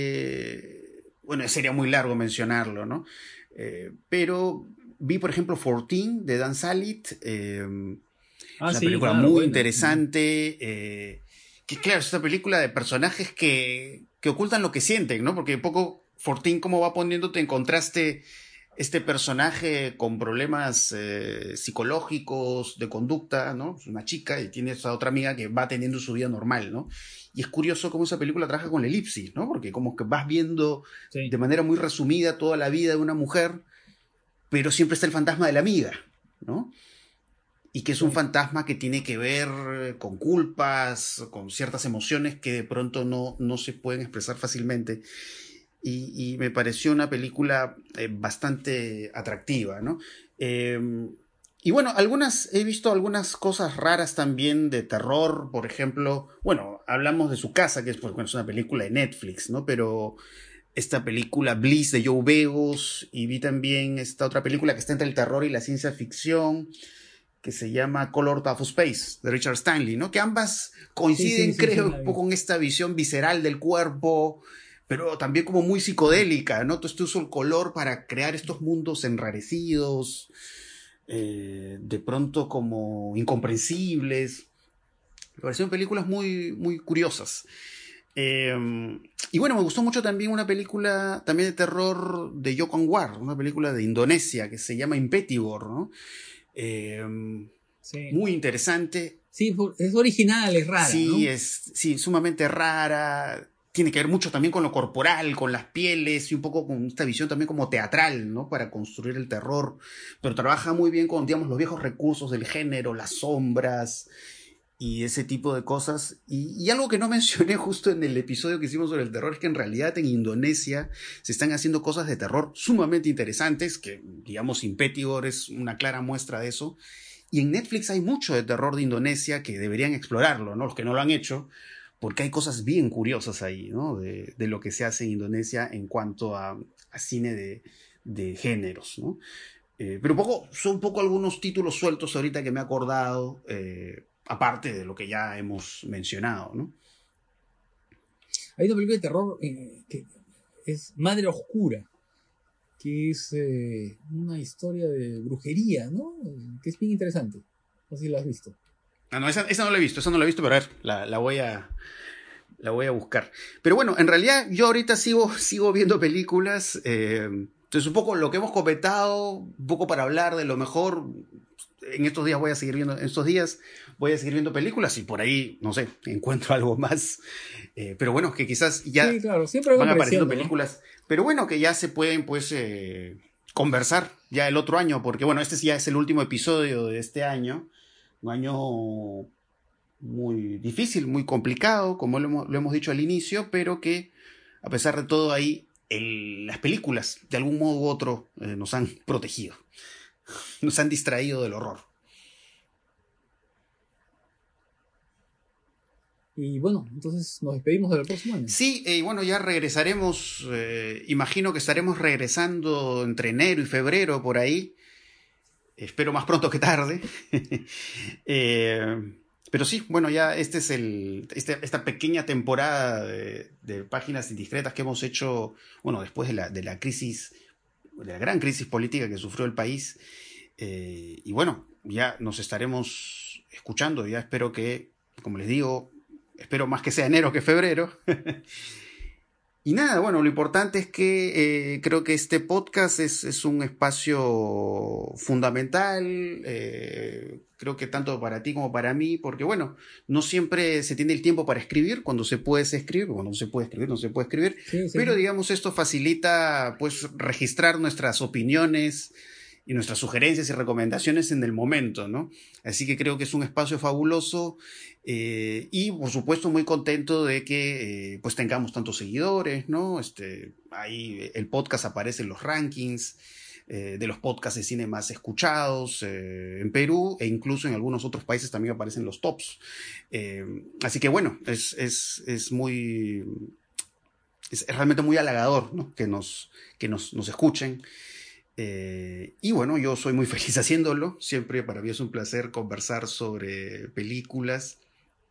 Eh, bueno, sería muy largo mencionarlo, ¿no? Eh, pero vi, por ejemplo, catorce de Dan Salit. Eh, es Ah, una sí, película claro, muy buena. interesante. Eh, que claro, es una película de personajes que, que ocultan lo que sienten, ¿no? Porque un poco catorce como va poniéndote en contraste este personaje con problemas eh, psicológicos, de conducta, ¿no? Es una chica y tiene esta otra amiga que va teniendo su vida normal, ¿no? Y es curioso cómo esa película trabaja con la elipsis, ¿no? Porque como que vas viendo Sí, de manera muy resumida toda la vida de una mujer, pero siempre está el fantasma de la amiga, ¿no? Y que es un sí. fantasma que tiene que ver con culpas, con ciertas emociones que de pronto no, no se pueden expresar fácilmente. Y, y me pareció una película eh, bastante atractiva, ¿no? Eh, y bueno, algunas, he visto algunas cosas raras también de terror, por ejemplo, bueno, hablamos de Su casa, que es, pues, bueno, es una película de Netflix, ¿no? Pero esta película Bliss de Joe Begos, y vi también esta otra película que está entre el terror y la ciencia ficción, que se llama Color of Space, de Richard Stanley, ¿no? Que ambas Sí, sí, coinciden, sí, sí, creo, la un vi. poco en esta visión visceral del cuerpo, pero también como muy psicodélica, ¿no? Todo esto usa el color para crear estos mundos enrarecidos, eh, de pronto como incomprensibles. Me parecieron películas muy, muy curiosas. Eh, y bueno, me gustó mucho también una película también de terror de Joko Anwar, una película de Indonesia que se llama Impetigore, ¿no? Eh, Sí. muy interesante. Sí, por- es original, es rara, Sí, ¿no? es sí, sumamente rara. Tiene que ver mucho también con lo corporal, con las pieles y un poco con esta visión también como teatral, ¿no? Para construir el terror. Pero trabaja muy bien con, digamos, los viejos recursos del género, las sombras y ese tipo de cosas. Y, y algo que no mencioné justo en el episodio que hicimos sobre el terror es que en realidad en Indonesia se están haciendo cosas de terror sumamente interesantes, que digamos Impetigore es una clara muestra de eso. Y en Netflix hay mucho de terror de Indonesia que deberían explorarlo, ¿no? Los que no lo han hecho, porque hay cosas bien curiosas ahí, ¿no? De, de lo que se hace en Indonesia en cuanto a, a cine de, de géneros, ¿no? Eh, pero un poco, son un poco algunos títulos sueltos ahorita que me he acordado, eh, aparte de lo que ya hemos mencionado, ¿no? Hay una película de terror eh, que es Madre Oscura, que es eh, una historia de brujería, ¿no? Que es bien interesante. No sé si la has visto. Ah, no, esa, esa no la he visto, esa no la he visto, pero a ver, la, la voy a, la voy a buscar. Pero bueno, en realidad yo ahorita sigo, sigo viendo películas. Eh, entonces, un poco lo que hemos comentado, un poco para hablar de lo mejor. En estos días voy a seguir viendo, en estos días voy a seguir viendo películas y por ahí, no sé, encuentro algo más. Eh, pero bueno, que quizás ya Sí, claro, siempre van van apareciendo apareciendo, ¿no? películas. Pero bueno, que ya se pueden, pues, eh, conversar ya el otro año, porque bueno, este ya es el último episodio de este año. Un año muy difícil, muy complicado, como lo hemos, lo hemos dicho al inicio, pero que a pesar de todo ahí el, las películas de algún modo u otro eh, nos han protegido, nos han distraído del horror. Y bueno, entonces nos despedimos del próximo año. Sí, y eh, bueno, ya regresaremos, eh, imagino que estaremos regresando entre enero y febrero por ahí, espero más pronto que tarde. eh, pero sí, bueno, ya este es el, este, esta pequeña temporada de, de páginas indiscretas que hemos hecho, bueno, después de la, de la crisis, de la gran crisis política que sufrió el país. Eh, y bueno, ya nos estaremos escuchando, ya espero que, como les digo, espero más que sea enero que febrero. Y nada, bueno, lo importante es que eh, creo que este podcast es, es un espacio fundamental, eh, creo que tanto para ti como para mí, porque bueno, no siempre se tiene el tiempo para escribir, cuando se puede se escribe, cuando no se puede escribir, no se puede escribir, Sí, sí, pero sí. digamos esto facilita pues registrar nuestras opiniones y nuestras sugerencias y recomendaciones en el momento, ¿no? Así que creo que es un espacio fabuloso eh, y, por supuesto, muy contento de que eh, pues tengamos tantos seguidores, ¿no? Este, ahí el podcast aparece en los rankings eh, de los podcasts de cine más escuchados eh, en Perú, e incluso en algunos otros países también aparecen los tops. Eh, así que, bueno, es, es, es muy... Es realmente muy halagador, ¿no? que, nos, que nos, nos escuchen. Eh, y bueno, yo soy muy feliz haciéndolo. Siempre para mí es un placer conversar sobre películas.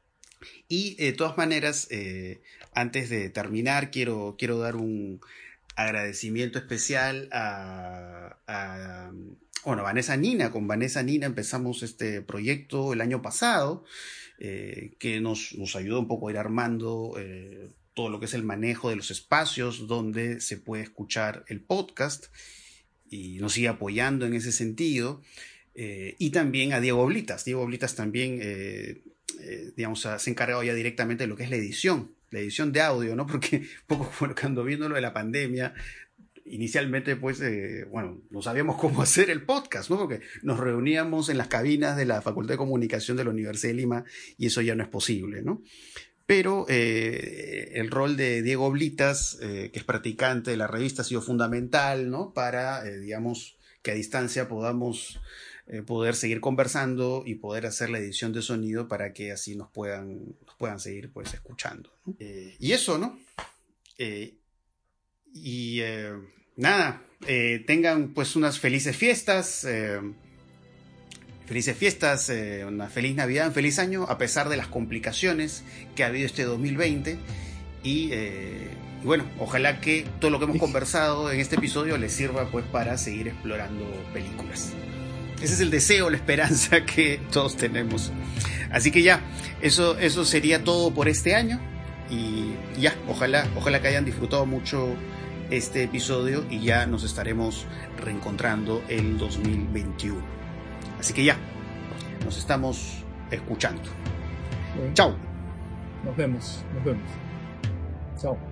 Y de todas maneras, eh, antes de terminar, quiero, quiero dar un agradecimiento especial a, a bueno, Vanessa Nina. Con Vanessa Nina empezamos este proyecto el año pasado, eh, que nos, nos ayudó un poco a ir armando eh, todo lo que es el manejo de los espacios donde se puede escuchar el podcast, y nos sigue apoyando en ese sentido. Eh, y también a Diego Oblitas. Diego Oblitas también, eh, eh, digamos, se ha encargado ya directamente de lo que es la edición, la edición de audio, ¿no? Porque poco bueno, cuando viendo lo de la pandemia, inicialmente, pues, eh, bueno, no sabíamos cómo hacer el podcast, ¿no? Porque nos reuníamos en las cabinas de la Facultad de Comunicación de la Universidad de Lima y eso ya no es posible, ¿no? Pero eh, el rol de Diego Oblitas, eh, que es practicante de la revista, ha sido fundamental, ¿no? Para, eh, digamos, que a distancia podamos eh, poder seguir conversando y poder hacer la edición de sonido para que así nos puedan, nos puedan seguir, pues, escuchando, ¿no? Eh, y eso, ¿no? Eh, y eh, nada, eh, tengan pues unas felices fiestas. Eh, Felices fiestas, eh, una feliz Navidad, un feliz año, a pesar de las complicaciones que ha habido este dos mil veinte. Y, eh, y bueno, ojalá que todo lo que hemos conversado en este episodio les sirva pues para seguir explorando películas. Ese es el deseo, la esperanza que todos tenemos. Así que ya, eso, eso sería todo por este año. Y ya, ojalá, ojalá que hayan disfrutado mucho este episodio y ya nos estaremos reencontrando el dos mil veintiuno. Así que ya, nos estamos escuchando. Bueno, chao. Nos vemos, nos vemos. Chao.